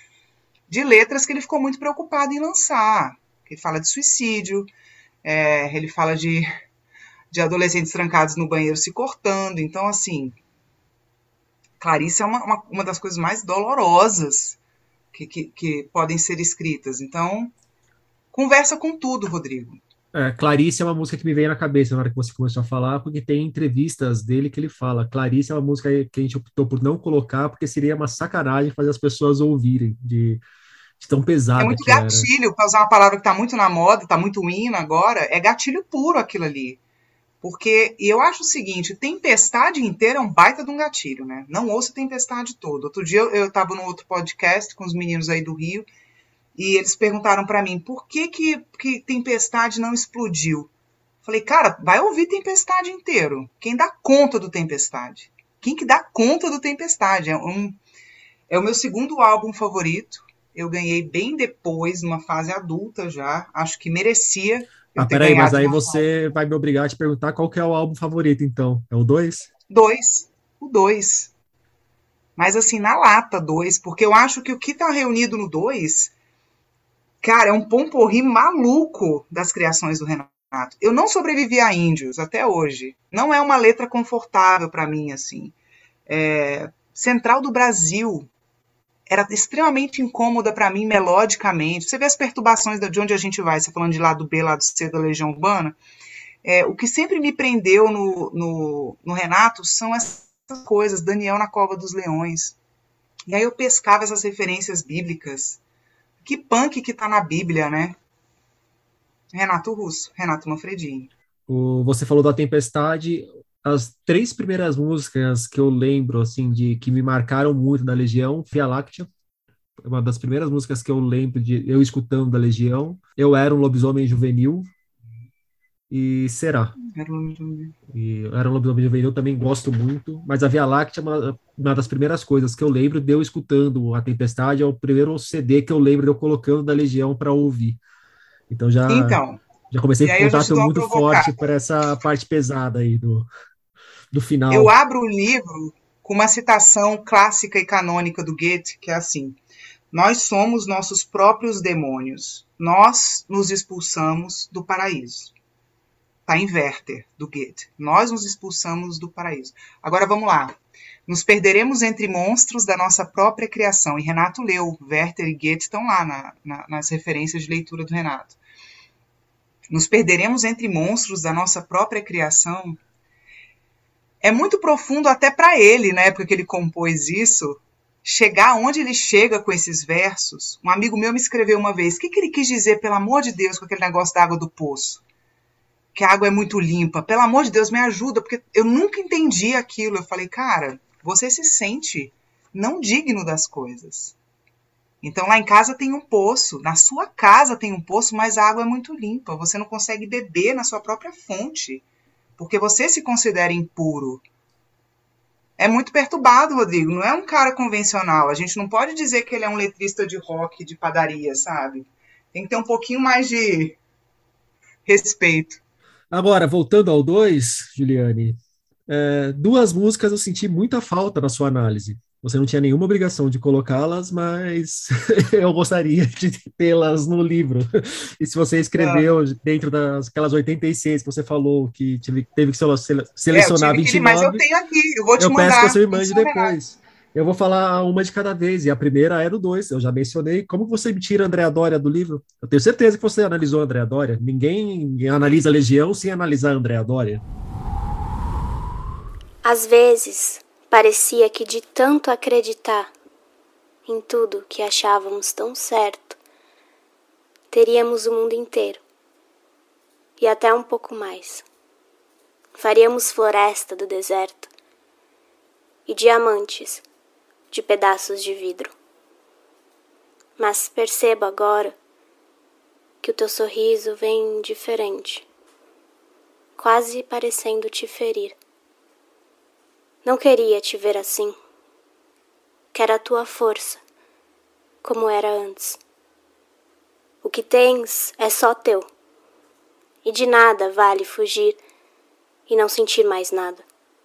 de letras que ele ficou muito preocupado em lançar. Ele fala de suicídio, é, ele fala de, de adolescentes trancados no banheiro se cortando. Então, assim, Clarice é uma, uma, uma das coisas mais dolorosas que, que, que podem ser escritas. Então, conversa com tudo, Rodrigo. É, Clarice é uma música que me veio na cabeça na hora que você começou a falar, porque tem entrevistas dele que ele fala. Clarice é uma música que a gente optou por não colocar, porque seria uma sacanagem fazer as pessoas ouvirem, de, de tão pesada é muito que era. gatilho, para usar uma palavra que está muito na moda, está muito in agora, é gatilho puro aquilo ali. Porque, e eu acho o seguinte, Tempestade inteira é um baita de um gatilho, né? Não ouça Tempestade todo. Outro dia eu estava num outro podcast com os meninos aí do Rio, E eles perguntaram para mim, por que, que que Tempestade não explodiu? Falei, cara, vai ouvir Tempestade inteiro. Quem dá conta do Tempestade? Quem que dá conta do Tempestade? É, um, é o meu segundo álbum favorito. Eu ganhei bem depois, numa fase adulta já. Acho que merecia eu Ah, ter peraí, mas ganhado aí uma fase. você vai me obrigar a te perguntar qual que é o álbum favorito, então. É o dois? Dois. O dois. Mas assim, na lata, dois. Porque eu acho que o que tá reunido no dois, cara, é um pomporri maluco das criações do Renato. Eu não sobrevivi a Índios até hoje. Não é uma letra confortável para mim, assim. É, Central do Brasil era extremamente incômoda para mim melodicamente. Você vê as perturbações de onde a gente vai, você falando de lado B, lado C da Legião Urbana. É, o que sempre me prendeu no, no, no Renato são essas coisas, Daniel na Cova dos Leões. E aí eu pescava essas referências bíblicas. Que punk que tá na Bíblia, né? Renato Russo, Renato Manfredini. O, você falou da Tempestade. As três primeiras músicas que eu lembro, assim, de que me marcaram muito da Legião, Via Láctea, uma das primeiras músicas que eu lembro de eu escutando da Legião. Eu Era um Lobisomem Juvenil e Será. Era um... E Eu Era um Lobisomem Juvenil também gosto muito, mas a Via Láctea é uma, uma das primeiras coisas que eu lembro de eu escutando a Tempestade, é o primeiro C D que eu lembro de eu colocando da Legião para ouvir. Então já Então, já comecei e com aí eu já te contato dou uma muito forte provocada. para essa parte pesada aí do, do Eu final. abro o livro com uma citação clássica e canônica do Goethe, que é assim: nós somos nossos próprios demônios, nós nos expulsamos do paraíso. Está em Werther, do Goethe. Nós nos expulsamos do paraíso. Agora vamos lá. Nos perderemos entre monstros da nossa própria criação. E Renato leu. Werther e Goethe estão lá na, na, nas referências de leitura do Renato. Nos perderemos entre monstros da nossa própria criação. É muito profundo até para ele, na época que ele compôs isso, chegar onde ele chega com esses versos. Um amigo meu me escreveu uma vez, o que, que ele quis dizer, pelo amor de Deus, com aquele negócio da água do poço? Que a água é muito limpa. Pelo amor de Deus, me ajuda, porque eu nunca entendi aquilo. Eu falei, cara, você se sente não digno das coisas. Então lá em casa tem um poço, na sua casa tem um poço, mas a água é muito limpa. Você não consegue beber na sua própria fonte, porque você se considera impuro. É muito perturbado, Rodrigo. Não é um cara convencional. A gente não pode dizer que ele é um letrista de rock, de padaria, sabe? Tem que ter um pouquinho mais de respeito. Agora, voltando ao dois, Juliane, é, duas músicas eu senti muita falta na sua análise. Você não tinha nenhuma obrigação de colocá-las, mas eu gostaria de tê-las no livro. E se você Ah, escreveu dentro das aquelas oitenta e seis que você falou que tive, teve que sele- é, eu selecionar tive que. Mas eu vinte e nove, tenho aqui, eu vou te eu peço que você mandar. me Em mande sua homenagem. depois. Eu vou falar uma de cada vez, e a primeira é do dois, eu já mencionei. Como você me tira Andréa Doria do livro? Eu tenho certeza que você analisou Andréa Doria. Ninguém analisa Legião sem analisar Andréa Doria. Às vezes, parecia que de tanto acreditar em tudo que achávamos tão certo, teríamos o mundo inteiro, e até um pouco mais. Faríamos floresta do deserto e diamantes de pedaços de vidro. Mas percebo agora que o teu sorriso vem diferente, quase parecendo te ferir. Não queria te ver assim. Quero a tua força, como era antes. O que tens é só teu, e de nada vale fugir e não sentir mais nada.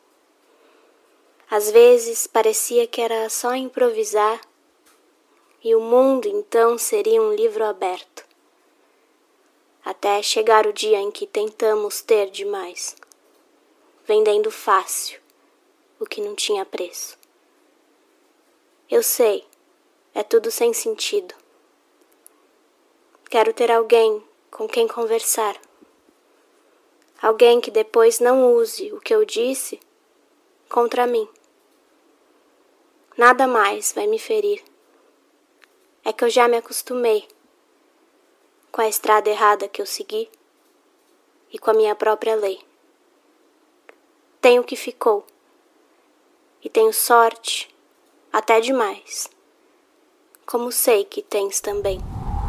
Às vezes parecia que era só improvisar e o mundo então seria um livro aberto, até chegar o dia em que tentamos ter demais, vendendo fácil o que não tinha preço. Eu sei, é tudo sem sentido. Quero ter alguém com quem conversar, alguém que depois não use o que eu disse contra mim. Nada mais vai me ferir. É que eu já me acostumei com a estrada errada que eu segui e com a minha própria lei. Tenho o que ficou e tenho sorte até demais, como sei que tens também.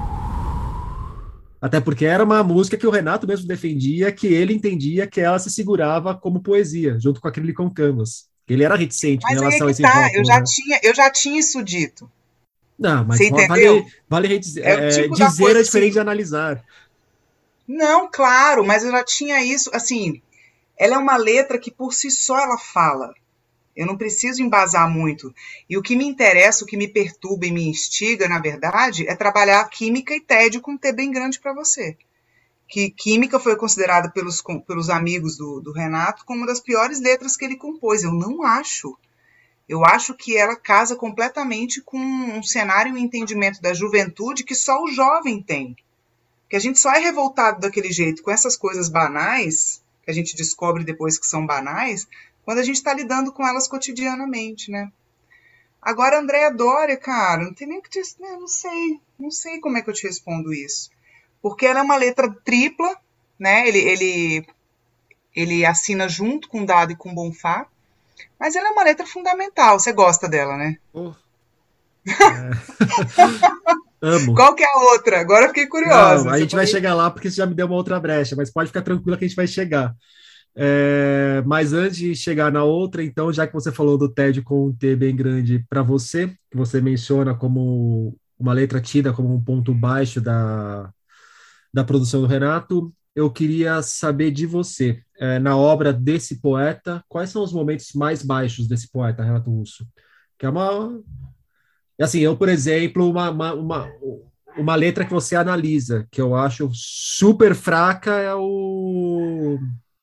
Até porque era uma música que o Renato mesmo defendia, que ele entendia que ela se segurava como poesia, junto com aquele com Canvas. Ele era reticente em Mas aí é relação a que esse tá, eu rótulo, já né? tinha, eu já tinha isso dito. Não, mas Você vale, entendeu? vale redizer- É o é, tipo da dizer coisa é diferente assim. de analisar. Não, claro, mas eu já tinha isso, assim, ela é uma letra que por si só ela fala. Eu não preciso embasar muito. E o que me interessa, o que me perturba e me instiga, na verdade, é trabalhar química e tédio com um T bem grande para você. Que química foi considerada pelos, pelos amigos do, do Renato como uma das piores letras que ele compôs. Eu não acho. Eu acho que ela casa completamente com um cenário e um entendimento da juventude que só o jovem tem. Que a gente só é revoltado daquele jeito com essas coisas banais, que a gente descobre depois que são banais, quando a gente está lidando com elas cotidianamente, né? Agora, Andréa Doria, cara, não tem nem o que te... Eu não sei, não sei como é que eu te respondo isso. Porque ela é uma letra tripla, né? Ele, ele, ele assina junto com Dado e com Bonfá, mas ela é uma letra fundamental. Você gosta dela, né? Oh, é. Amo. Qual que é a outra? Agora eu fiquei Não, curiosa. a Você gente vai falei... chegar lá porque você já me deu uma outra brecha, mas pode ficar tranquila que a gente vai chegar. É, mas antes de chegar na outra, então, já que você falou do TED com um T bem grande para você, que você menciona como uma letra tida como um ponto baixo da, da produção do Renato, eu queria saber de você, é, na obra desse poeta, quais são os momentos mais baixos desse poeta, Renato Russo? Que é uma. Assim, eu, por exemplo, uma, uma, uma, uma letra que você analisa, que eu acho super fraca, é o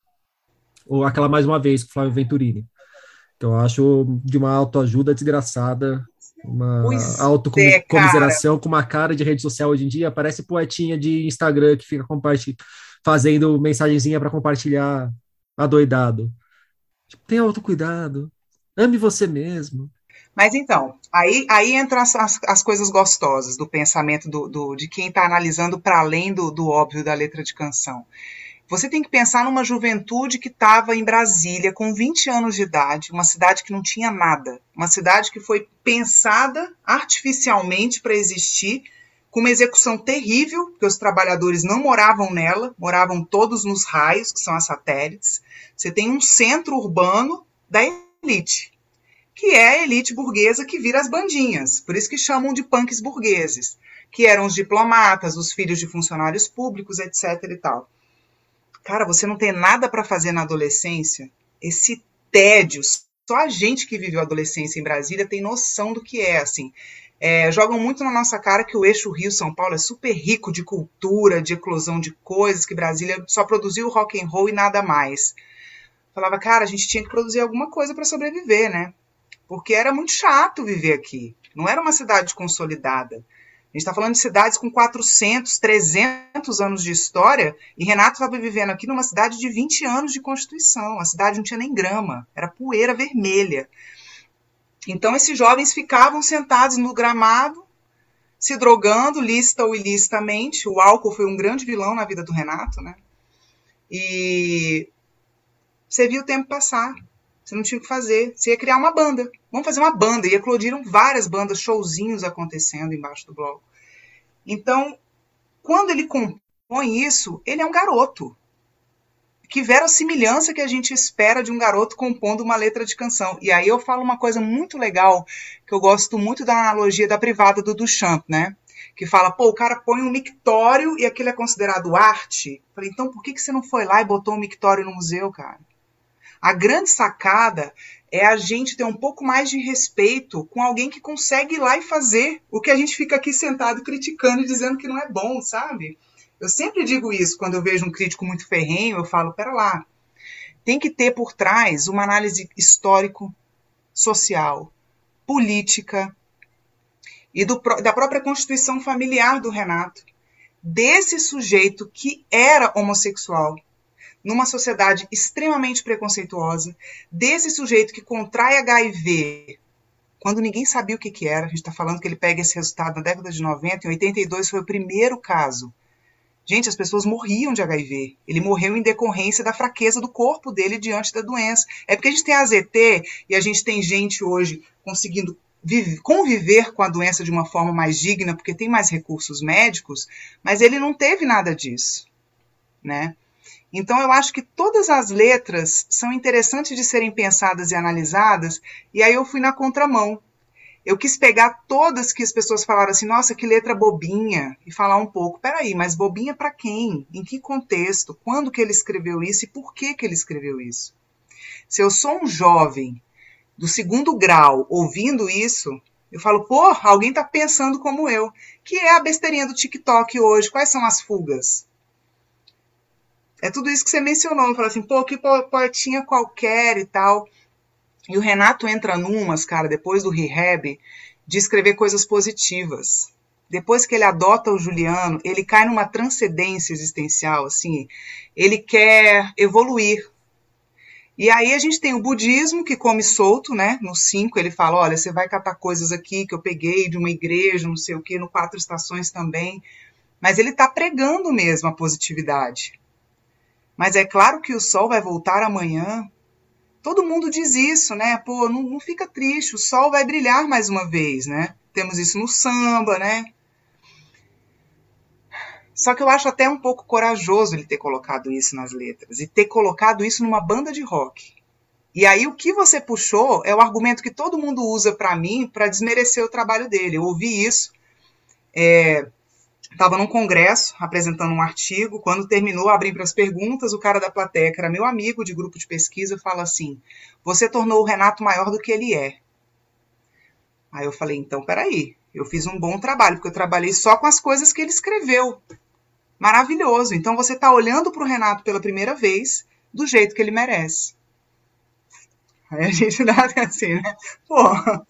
ou aquela mais uma vez com o Flávio Venturini. Então, eu acho de uma autoajuda desgraçada, uma Pois é, cara. autocomiseração com uma cara de rede social hoje em dia, parece poetinha de Instagram que fica compartilhando, fazendo mensagenzinha para compartilhar adoidado. Tipo, tenha autocuidado, ame você mesmo. Mas então, aí, aí entram as, as, as coisas gostosas do pensamento do, do, de quem está analisando para além do, do óbvio da letra de canção. Você tem que pensar numa juventude que estava em Brasília com vinte anos de idade, uma cidade que não tinha nada, uma cidade que foi pensada artificialmente para existir, com uma execução terrível, porque os trabalhadores não moravam nela, moravam todos nos raios, que são as satélites. Você tem um centro urbano da elite, que é a elite burguesa que vira as bandinhas, por isso que chamam de punks burgueses, que eram os diplomatas, os filhos de funcionários públicos, etc e tal. Cara, você não tem nada para fazer na adolescência? Esse tédio, só a gente que viveu a adolescência em Brasília tem noção do que é, assim. É, jogam muito na nossa cara que o eixo Rio-São Paulo é super rico de cultura, de eclosão de coisas, que Brasília só produziu rock and roll e nada mais. Falava, cara, a gente tinha que produzir alguma coisa para sobreviver, né? Porque era muito chato viver aqui. Não era uma cidade consolidada. A gente está falando de cidades com quatrocentos, trezentos anos de história, e Renato estava vivendo aqui numa cidade de vinte anos de Constituição. A cidade não tinha nem grama, era poeira vermelha. Então esses jovens ficavam sentados no gramado, se drogando, lícita ou ilicitamente. O álcool foi um grande vilão na vida do Renato, né? E você via o tempo passar. Você não tinha o que fazer. Você ia criar uma banda. Vamos fazer uma banda. E eclodiram várias bandas, showzinhos acontecendo embaixo do bloco. Então, quando ele compõe isso, ele é um garoto. Que verossimilhança que a gente espera de um garoto compondo uma letra de canção. E aí eu falo uma coisa muito legal, que eu gosto muito da analogia da privada do Duchamp, né? Que fala, pô, o cara põe um mictório e aquilo é considerado arte. Eu falei, então por que você não foi lá e botou um mictório no museu, cara? A grande sacada é a gente ter um pouco mais de respeito com alguém que consegue ir lá e fazer o que a gente fica aqui sentado criticando e dizendo que não é bom, sabe? Eu sempre digo isso quando eu vejo um crítico muito ferrenho, eu falo, pera lá, tem que ter por trás uma análise histórico, social, política e do, da própria constituição familiar do Renato, desse sujeito que era homossexual, numa sociedade extremamente preconceituosa, desse sujeito que contrai H I V, quando ninguém sabia o que, que era. A gente está falando que ele pega esse resultado na década de noventa, em oitenta e dois foi o primeiro caso. Gente, as pessoas morriam de H I V. Ele morreu em decorrência da fraqueza do corpo dele diante da doença. É porque a gente tem A Z T e a gente tem gente hoje conseguindo vive, conviver com a doença de uma forma mais digna, porque tem mais recursos médicos, mas ele não teve nada disso, né? Então eu acho que todas as letras são interessantes de serem pensadas e analisadas, e aí eu fui na contramão. Eu quis pegar todas que as pessoas falaram assim, nossa, que letra bobinha, e falar um pouco, peraí, mas bobinha para quem? Em que contexto? Quando que ele escreveu isso e por que que ele escreveu isso? Se eu sou um jovem do segundo grau ouvindo isso, eu falo, pô, alguém está pensando como eu, que é a besteirinha do TikTok hoje, quais são as fugas? É tudo isso que você mencionou, eu falo assim, pô, que poetinha qualquer e tal. E o Renato entra numas, cara, depois do rehab, de escrever coisas positivas. Depois que ele adota o Juliano, ele cai numa transcendência existencial, assim, ele quer evoluir. E aí a gente tem o budismo, que come solto, né? No cinco ele fala, olha, você vai catar coisas aqui que eu peguei de uma igreja, não sei o quê, no Quatro Estações também. Mas ele está pregando mesmo a positividade. Mas é claro que o sol vai voltar amanhã. Todo mundo diz isso, né? Pô, não, não fica triste, o sol vai brilhar mais uma vez, né? Temos isso no samba, né? Só que eu acho até um pouco corajoso ele ter colocado isso nas letras e ter colocado isso numa banda de rock. E aí o que você puxou é o argumento que todo mundo usa para mim para desmerecer o trabalho dele. Eu ouvi isso, é... Estava num congresso, apresentando um artigo, quando terminou, abri para as perguntas, o cara da plateia, que era meu amigo de grupo de pesquisa, fala assim, você tornou o Renato maior do que ele é. Aí eu falei, então, peraí, eu fiz um bom trabalho, porque eu trabalhei só com as coisas que ele escreveu. Maravilhoso, então você está olhando para o Renato pela primeira vez, do jeito que ele merece. Aí a gente dá assim, né? Porra...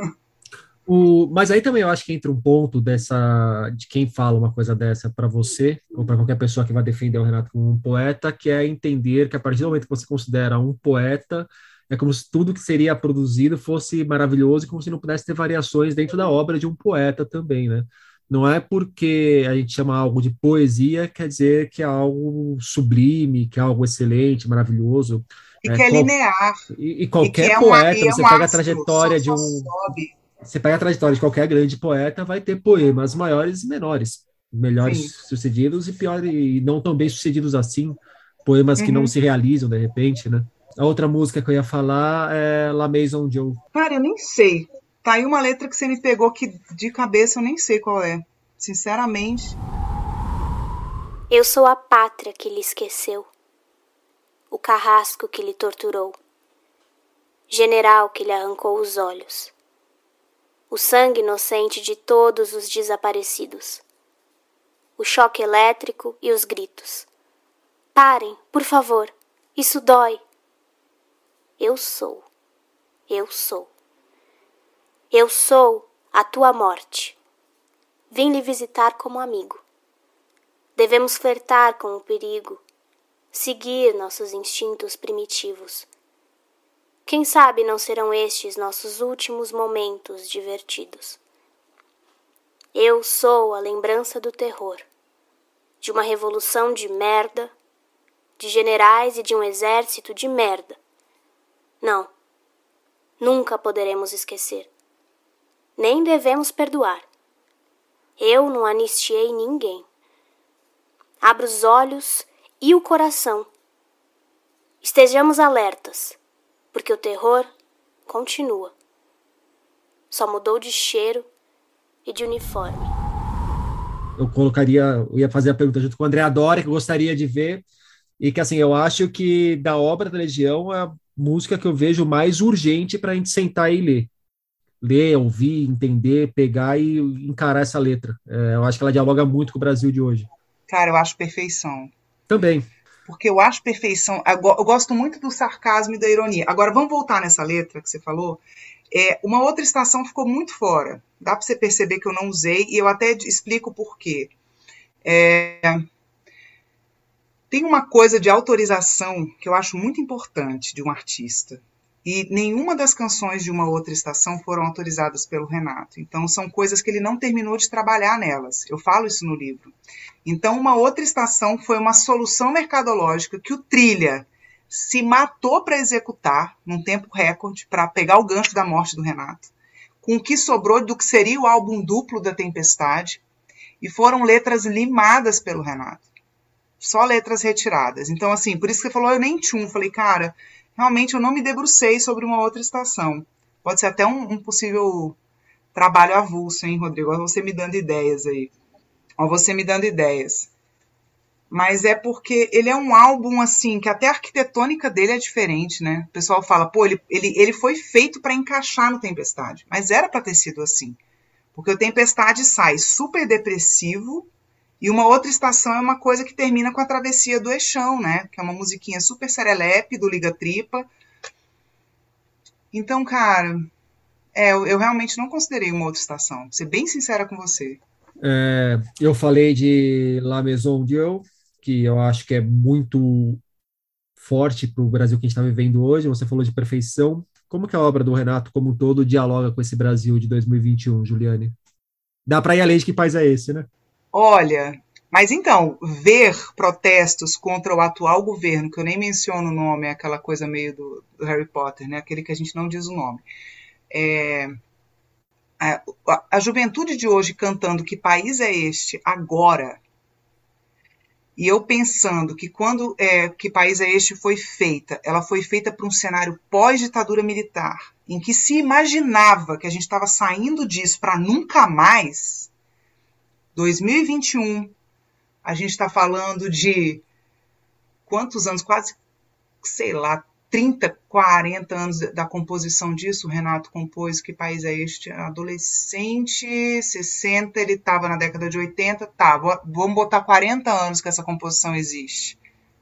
O, mas aí também eu acho que entra um ponto dessa, de quem fala uma coisa dessa para você, ou para qualquer pessoa que vai defender o Renato como um poeta, que é entender que a partir do momento que você considera um poeta, é como se tudo que seria produzido fosse maravilhoso e como se não pudesse ter variações dentro da obra de um poeta também, né? Não é porque a gente chama algo de poesia, quer dizer que é algo sublime, que é algo excelente, maravilhoso. E é, que é qual, linear. E, e qualquer e que é poeta, uma, você é um pega a astro, trajetória só, de um... sobe. Você pega a trajetória de qualquer grande poeta, vai ter poemas maiores e menores, melhores Sim. sucedidos e piores, e não tão bem sucedidos assim, poemas que Uhum. não se realizam de repente, né? A outra música que eu ia falar é La Maison Joe. Cara, eu nem sei. Tá aí uma letra que você me pegou que de cabeça eu nem sei qual é. Sinceramente. Eu sou a pátria que lhe esqueceu, o carrasco que lhe torturou, general que lhe arrancou os olhos, o sangue inocente de todos os desaparecidos, o choque elétrico e os gritos. Parem, por favor, isso dói. Eu sou, eu sou. Eu sou a tua morte. Vim lhe visitar como amigo. Devemos flertar com o perigo, seguir nossos instintos primitivos. Quem sabe não serão estes nossos últimos momentos divertidos. Eu sou a lembrança do terror, de uma revolução de merda, de generais e de um exército de merda. Não, nunca poderemos esquecer. Nem devemos perdoar. Eu não anistiei ninguém. Abra os olhos e o coração. Estejamos alertas, porque o terror continua. Só mudou de cheiro e de uniforme. Eu colocaria, eu ia fazer a pergunta junto com o André Adora, que eu gostaria de ver, e que assim, eu acho que da obra da Legião é a música que eu vejo mais urgente para a gente sentar e ler. Ler, ouvir, entender, pegar e encarar essa letra. É, eu acho que ela dialoga muito com o Brasil de hoje. Cara, eu acho perfeição. Também. Porque eu acho perfeição. Eu gosto muito do sarcasmo e da ironia. Agora, vamos voltar nessa letra que você falou. É, uma outra estação ficou muito fora. Dá para você perceber que eu não usei, e eu até explico por quê. É, tem uma coisa de autorização que eu acho muito importante de um artista. E nenhuma das canções de uma outra estação foram autorizadas pelo Renato. Então, são coisas que ele não terminou de trabalhar nelas. Eu falo isso no livro. Então, uma outra estação foi uma solução mercadológica que o Trilha se matou para executar, num tempo recorde, para pegar o gancho da morte do Renato. com o que sobrou do que seria o álbum duplo da Tempestade, e foram letras limadas pelo Renato. Só letras retiradas. Então, assim, por isso que você falou, eu nem tchum. Falei, cara, realmente eu não me debrucei sobre uma outra estação. Pode ser até um, um possível trabalho avulso, hein, Rodrigo? Olha você me dando ideias aí. Olha você me dando ideias. Mas é porque ele é um álbum, assim, que até a arquitetônica dele é diferente, né? O pessoal fala, pô, ele, ele, ele foi feito para encaixar no Tempestade. Mas era para ter sido assim. Porque o Tempestade sai super depressivo e uma outra estação é uma coisa que termina com a Travessia do Eixão, né? Que é uma musiquinha super serelepe do Liga Tripa. Então, cara, é, eu, eu realmente não considerei uma outra estação. Vou ser bem sincera com você. É, eu falei de La Maison Dieu, que eu acho que é muito forte para o Brasil que a gente está vivendo hoje. Você falou de Perfeição. Como que a obra do Renato, como um todo, dialoga com esse Brasil de dois mil e vinte e um, Juliane? Dá para ir além de Que País é Esse, né? Olha, mas então, ver protestos contra o atual governo, que eu nem menciono o nome, é aquela coisa meio do, do Harry Potter, né? Aquele que a gente não diz o nome. É, a, a, a juventude de hoje cantando Que País é Este agora, e eu pensando que quando é, Que País é Este foi feita, ela foi feita para um cenário pós-ditadura militar, em que se imaginava que a gente estava saindo disso para nunca mais. dois mil e vinte e um, a gente está falando de quantos anos? Quase, sei lá, trinta, quarenta anos da composição disso. O Renato compôs Que País é Este? Adolescente, sessenta, ele estava na década de oitenta. Tá, vamos botar quarenta anos que essa composição existe.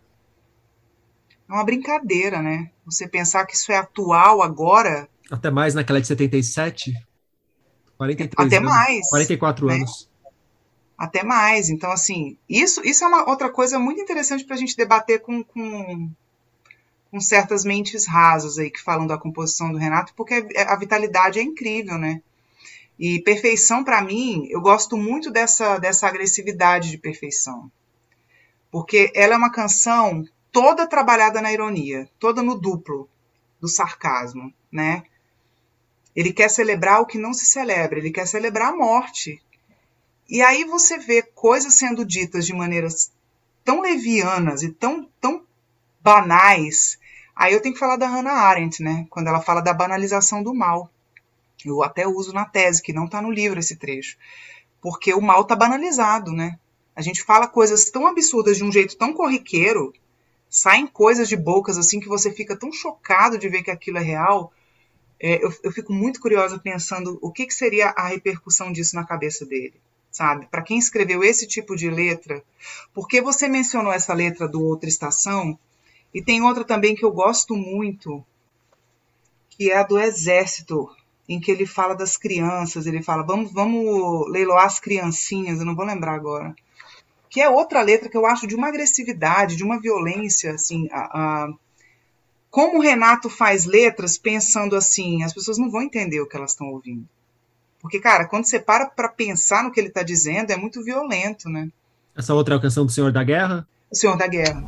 É uma brincadeira, né? Você pensar que isso é atual agora. Até mais naquela de setenta e sete? quarenta e três Até anos. mais. quarenta e quatro né? anos. Até mais. Então, assim, isso, isso é uma outra coisa muito interessante para a gente debater com, com, com certas mentes rasas aí que falam da composição do Renato, porque a vitalidade é incrível, né? E Perfeição, para mim, eu gosto muito dessa, dessa agressividade de Perfeição. Porque ela é uma canção toda trabalhada na ironia, toda no duplo do sarcasmo, né? Ele quer celebrar o que não se celebra, ele quer celebrar a morte. E aí você vê coisas sendo ditas de maneiras tão levianas e tão, tão banais. Aí eu tenho que falar da Hannah Arendt, né? Quando ela fala da banalização do mal. Eu até uso na tese, que não está no livro esse trecho. Porque o mal está banalizado, né? A gente fala coisas tão absurdas de um jeito tão corriqueiro, saem coisas de bocas assim que você fica tão chocado de ver que aquilo é real. É, eu, eu fico muito curiosa pensando o que, que seria a repercussão disso na cabeça dele. Sabe, para quem escreveu esse tipo de letra, porque você mencionou essa letra do Outra Estação, e tem outra também que eu gosto muito, que é a do Exército, em que ele fala das crianças, ele fala, vamos, vamos leiloar as criancinhas, eu não vou lembrar agora, que é outra letra que eu acho de uma agressividade, de uma violência, assim, a, a, como o Renato faz letras pensando assim, as pessoas não vão entender o que elas estão ouvindo. Porque, cara, quando você para para pensar no que ele está dizendo, é muito violento, né? Essa outra é a canção do Senhor da Guerra? O Senhor da Guerra.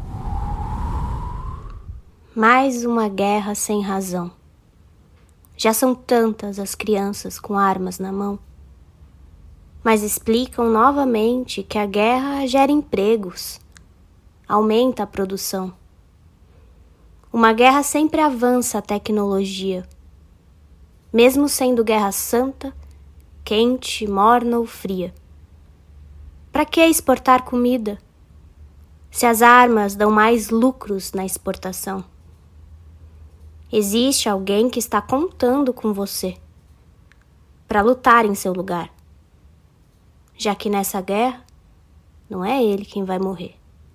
Mais uma guerra sem razão. Já são tantas as crianças com armas na mão. Mas explicam novamente que a guerra gera empregos, aumenta a produção. Uma guerra sempre avança a tecnologia. Mesmo sendo guerra santa, quente, morna ou fria. Para que exportar comida, se as armas dão mais lucros na exportação? Existe alguém que está contando com você para lutar em seu lugar, já que nessa guerra não é ele quem vai morrer.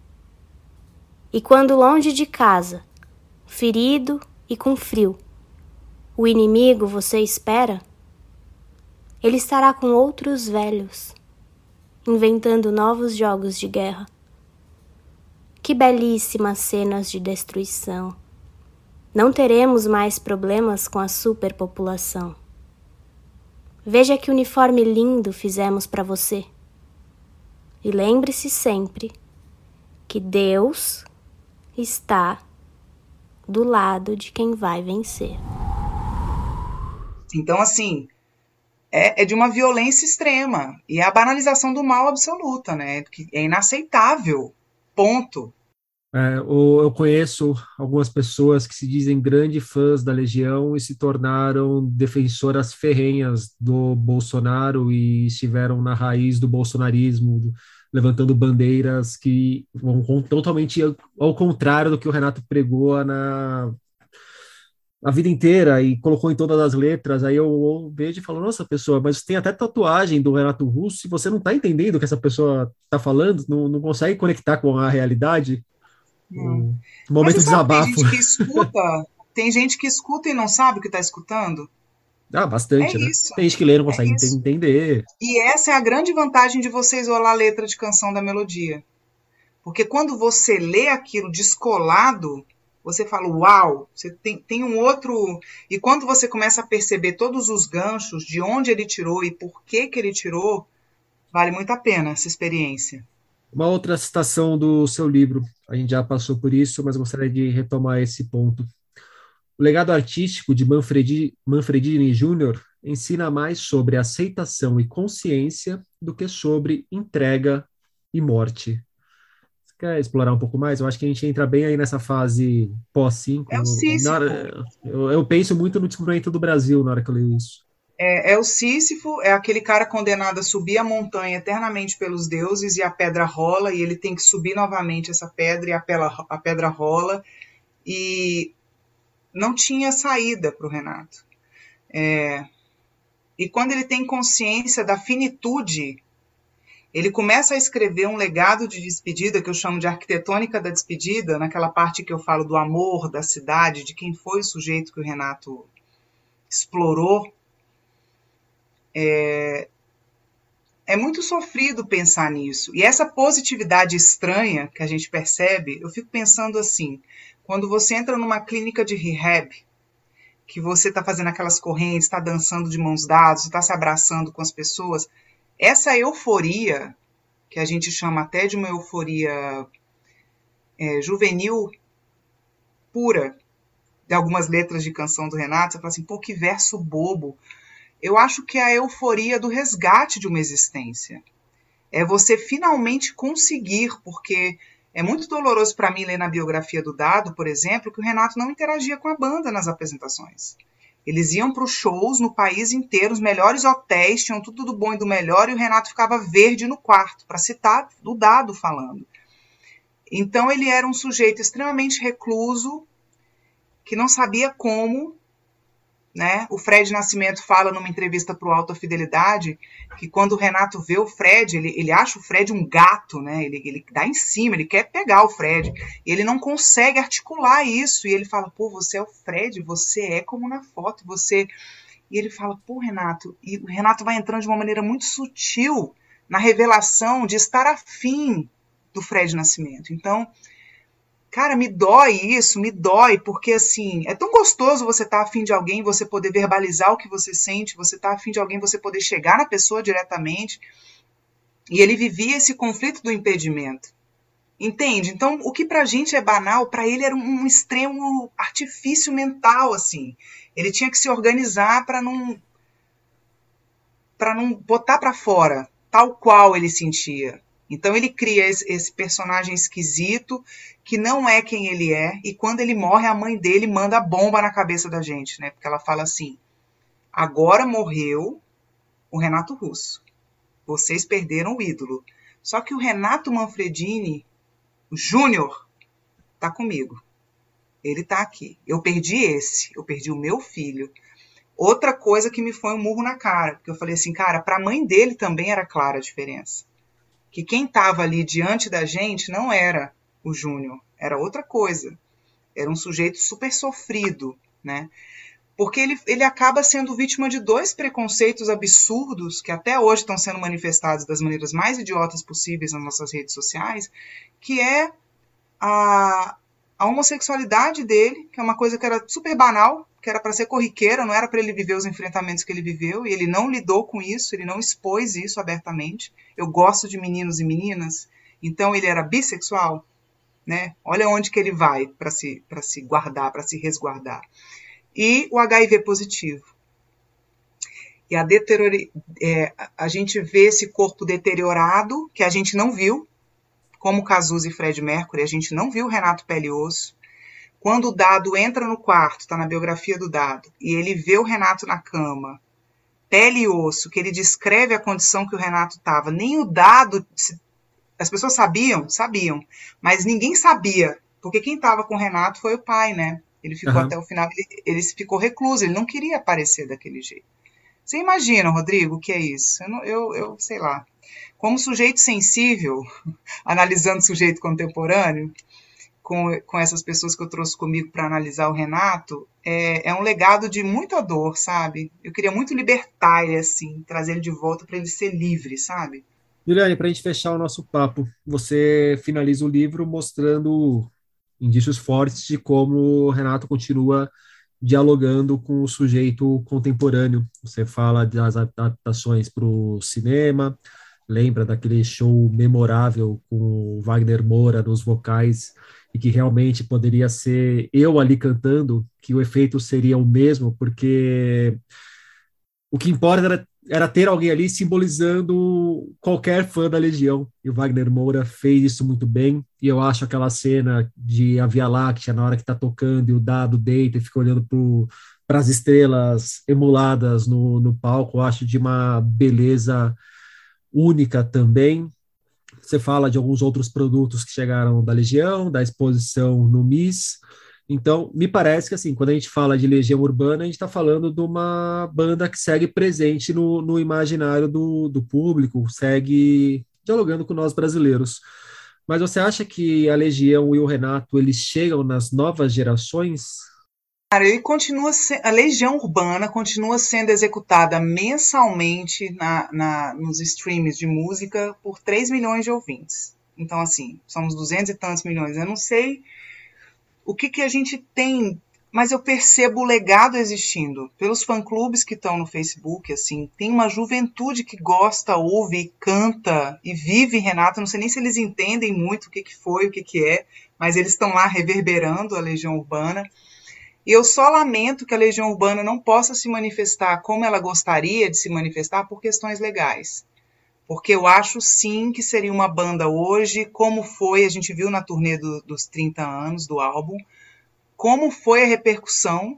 E quando longe de casa, ferido e com frio, o inimigo você espera, ele estará com outros velhos, inventando novos jogos de guerra. Que belíssimas cenas de destruição. Não teremos mais problemas com a superpopulação. Veja que uniforme lindo fizemos para você. E lembre-se sempre que Deus está do lado de quem vai vencer. Então, assim, é, é de uma violência extrema. E é a banalização do mal absoluta, né? Que é inaceitável. Ponto. É, eu conheço algumas pessoas que se dizem grandes fãs da Legião e se tornaram defensoras ferrenhas do Bolsonaro e estiveram na raiz do bolsonarismo, levantando bandeiras que vão totalmente ao contrário do que o Renato pregou na a vida inteira e colocou em todas as letras. Aí eu, eu vejo e falo, nossa, pessoa, mas tem até tatuagem do Renato Russo e você não está entendendo o que essa pessoa está falando, não, não consegue conectar com a realidade. Um momento de desabafo. Tem gente que escuta, tem gente que escuta e não sabe o que está escutando. Ah, bastante, é né? Isso. Tem gente que lê e não consegue é entender. E essa é a grande vantagem de você isolar a letra de canção da melodia. Porque quando você lê aquilo descolado, você fala, uau, você tem, tem um outro... E quando você começa a perceber todos os ganchos, de onde ele tirou e por que que ele tirou, vale muito a pena essa experiência. Uma outra citação do seu livro, a gente já passou por isso, mas gostaria de retomar esse ponto. O legado artístico de Manfredi, Manfredini Júnior ensina mais sobre aceitação e consciência do que sobre entrega e morte. Você quer explorar um pouco mais? Eu acho que a gente entra bem aí nessa fase pós cinco. É o Sísifo. Eu, eu penso muito no descobrimento do Brasil na hora que eu leio isso. É, é o Sísifo, é aquele cara condenado a subir a montanha eternamente pelos deuses e a pedra rola, e ele tem que subir novamente essa pedra e a, pela, a pedra rola, e não tinha saída para o Renato. É, e quando ele tem consciência da finitude, ele começa a escrever um legado de despedida, que eu chamo de arquitetônica da despedida, naquela parte que eu falo do amor, da cidade, de quem foi o sujeito que o Renato explorou. É, é muito sofrido pensar nisso. E essa positividade estranha que a gente percebe, eu fico pensando assim, quando você entra numa clínica de rehab, que você está fazendo aquelas correntes, está dançando de mãos dadas, está se abraçando com as pessoas, essa euforia, que a gente chama até de uma euforia é, juvenil, pura, de algumas letras de canção do Renato, você fala assim, pô, que verso bobo. Eu acho que é a euforia do resgate de uma existência. É você finalmente conseguir, porque é muito doloroso para mim ler na biografia do Dado, por exemplo, que o Renato não interagia com a banda nas apresentações. Eles iam para os shows no país inteiro, os melhores hotéis, tinham tudo do bom e do melhor, e o Renato ficava verde no quarto, para citar o Dado falando. Então ele era um sujeito extremamente recluso, que não sabia como... Né? O Fred Nascimento fala numa entrevista para o Alta Fidelidade que quando o Renato vê o Fred, ele, ele acha o Fred um gato, né? ele, ele dá em cima, ele quer pegar o Fred, e ele não consegue articular isso, e ele fala, pô, você é o Fred, você é como na foto, você... E ele fala, pô, Renato, e o Renato vai entrando de uma maneira muito sutil na revelação de estar afim do Fred Nascimento. Então, cara, me dói isso, me dói, porque assim, é tão gostoso você estar afim de alguém, você poder verbalizar o que você sente, você estar afim de alguém, você poder chegar na pessoa diretamente, e ele vivia esse conflito do impedimento, entende? Então, o que pra gente é banal, pra ele era um, um extremo artifício mental, assim, ele tinha que se organizar para não, para não botar pra fora, tal qual ele sentia. Então ele cria esse, esse personagem esquisito, que não é quem ele é, e quando ele morre, a mãe dele manda a bomba na cabeça da gente, né? Porque ela fala assim, agora morreu o Renato Russo, vocês perderam o ídolo. Só que o Renato Manfredini, o Júnior, tá comigo. Ele tá aqui. Eu perdi esse, eu perdi o meu filho. Outra coisa que me foi um murro na cara, porque eu falei assim, cara, pra mãe dele também era clara a diferença. Que quem estava ali diante da gente não era o Júnior, era outra coisa. Era um sujeito super sofrido, né? Porque ele, ele acaba sendo vítima de dois preconceitos absurdos que até hoje estão sendo manifestados das maneiras mais idiotas possíveis nas nossas redes sociais, que é a, a homossexualidade dele, que é uma coisa que era super banal, que era para ser corriqueira, não era para ele viver os enfrentamentos que ele viveu, e ele não lidou com isso, ele não expôs isso abertamente. Eu gosto de meninos e meninas, então ele era bissexual, né? Olha onde que ele vai para se, para se guardar, para se resguardar. E o H I V positivo. E a, deteriori... é, a gente vê esse corpo deteriorado, que a gente não viu, como Cazuza e Fred Mercury, a gente não viu o Renato pele e osso. Quando o Dado entra no quarto, está na biografia do Dado, e ele vê o Renato na cama, pele e osso, que ele descreve a condição que o Renato estava, nem o Dado, as pessoas sabiam? Sabiam, mas ninguém sabia, porque quem estava com o Renato foi o pai, né? Ele ficou uhum. até o final, ele, ele ficou recluso, ele não queria aparecer daquele jeito. Você imagina, Rodrigo, o que é isso? Eu, não, eu, eu sei lá. Como sujeito sensível, analisando sujeito contemporâneo, com, com essas pessoas que eu trouxe comigo para analisar o Renato, é, é um legado de muita dor, sabe? Eu queria muito libertar ele, assim, trazer ele de volta para ele ser livre, sabe? Juliane, para a gente fechar o nosso papo, você finaliza o livro mostrando indícios fortes de como o Renato continua dialogando com o sujeito contemporâneo. Você fala das adaptações para o cinema, lembra daquele show memorável com o Wagner Moura nos vocais, e que realmente poderia ser eu ali cantando, que o efeito seria o mesmo, porque o que importa era, era ter alguém ali simbolizando qualquer fã da Legião, e o Wagner Moura fez isso muito bem, e eu acho aquela cena de A Via Láctea, na hora que está tocando, e o Dado deita e fica olhando para as estrelas emuladas no, no palco, eu acho de uma beleza única também. Você fala de alguns outros produtos que chegaram da Legião, da exposição no M I S. Então, me parece que, assim, quando a gente fala de Legião Urbana, a gente está falando de uma banda que segue presente no, no imaginário do, do público, segue dialogando com nós brasileiros. Mas você acha que a Legião e o Renato, eles chegam nas novas gerações? Cara, ele continua se... a Legião Urbana continua sendo executada mensalmente na, na, nos streams de música por três milhões de ouvintes. Então, assim, somos duzentos e tantos milhões. Eu não sei o que, que a gente tem, mas eu percebo o legado existindo. Pelos fã-clubes que estão no Facebook, assim, tem uma juventude que gosta, ouve, canta e vive Renato. Não sei nem se eles entendem muito o que, que foi, o que, que é, mas eles estão lá reverberando a Legião Urbana. E eu só lamento que a Legião Urbana não possa se manifestar como ela gostaria de se manifestar por questões legais. Porque eu acho, sim, que seria uma banda hoje, como foi, a gente viu na turnê do, dos trinta anos do álbum, como foi a repercussão,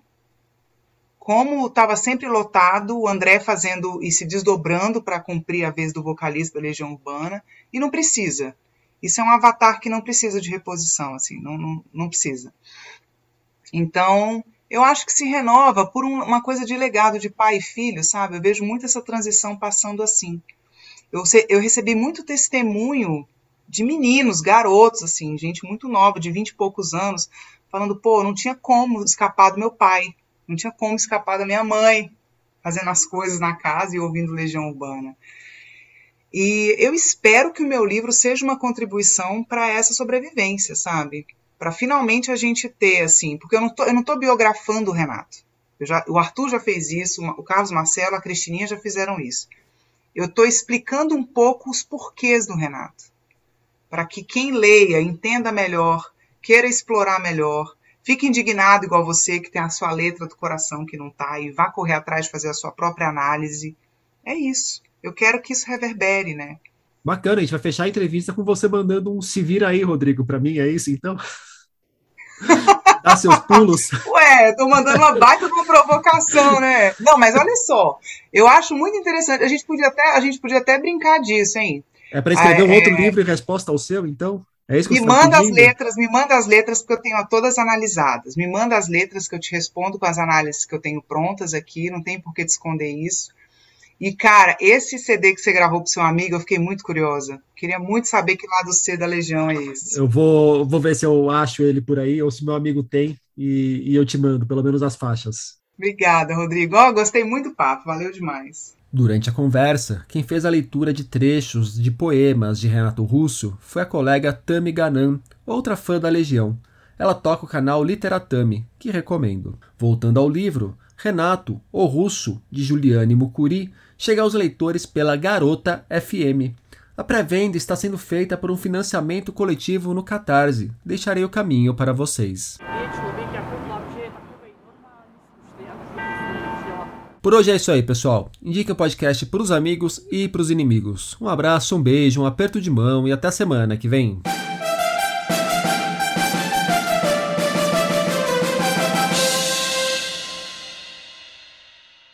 como estava sempre lotado, o André fazendo e se desdobrando para cumprir a vez do vocalista da Legião Urbana, e não precisa. Isso é um avatar que não precisa de reposição, assim, não, não, não precisa. Então, eu acho que se renova por um, uma coisa de legado de pai e filho, sabe? Eu vejo muito essa transição passando assim. Eu, eu recebi muito testemunho de meninos, garotos, assim, gente muito nova, de vinte e poucos anos, falando, pô, não tinha como escapar do meu pai, não tinha como escapar da minha mãe, fazendo as coisas na casa e ouvindo Legião Urbana. E eu espero que o meu livro seja uma contribuição para essa sobrevivência, sabe? Para finalmente a gente ter, assim, porque eu não tô, eu não tô biografando o Renato. Eu já, o Arthur já fez isso, o Carlos Marcelo, a Cristininha já fizeram isso. Eu estou explicando um pouco os porquês do Renato, para que quem leia entenda melhor, queira explorar melhor, fique indignado igual você, que tem a sua letra do coração que não tá, e vá correr atrás de fazer a sua própria análise. É isso. Eu quero que isso reverbere, né? Bacana, a gente vai fechar a entrevista com você mandando um se vira aí, Rodrigo, para mim, é isso então? Dá seus pulos. Ué, eu tô mandando uma baita de uma provocação, né? Não, mas olha só, eu acho muito interessante, a gente podia até, a gente podia até brincar disso, hein? É para escrever ah, um é... outro livro em resposta ao seu, então? É isso que me você manda tá as letras, me manda as letras, porque eu tenho todas analisadas. Me manda as letras que eu te respondo com as análises que eu tenho prontas aqui, não tem por que te esconder isso. E, cara, esse C D que você gravou pro seu amigo, eu fiquei muito curiosa. Queria muito saber que lado C da Legião é esse. Eu vou, vou ver se eu acho ele por aí, ou se meu amigo tem, e, e eu te mando, pelo menos as faixas. Obrigada, Rodrigo. Oh, gostei muito do papo, valeu demais. Durante a conversa, quem fez a leitura de trechos de poemas de Renato Russo foi a colega Tami Ganan, outra fã da Legião. Ela toca o canal Literatami, que recomendo. Voltando ao livro, Renato, o Russo, de Juliane Mucuri, chega aos leitores pela Garota F M. A pré-venda está sendo feita por um financiamento coletivo no Catarse. Deixarei o caminho para vocês. Por hoje é isso aí, pessoal. Indique o podcast para os amigos e para os inimigos. Um abraço, um beijo, um aperto de mão e até a semana que vem.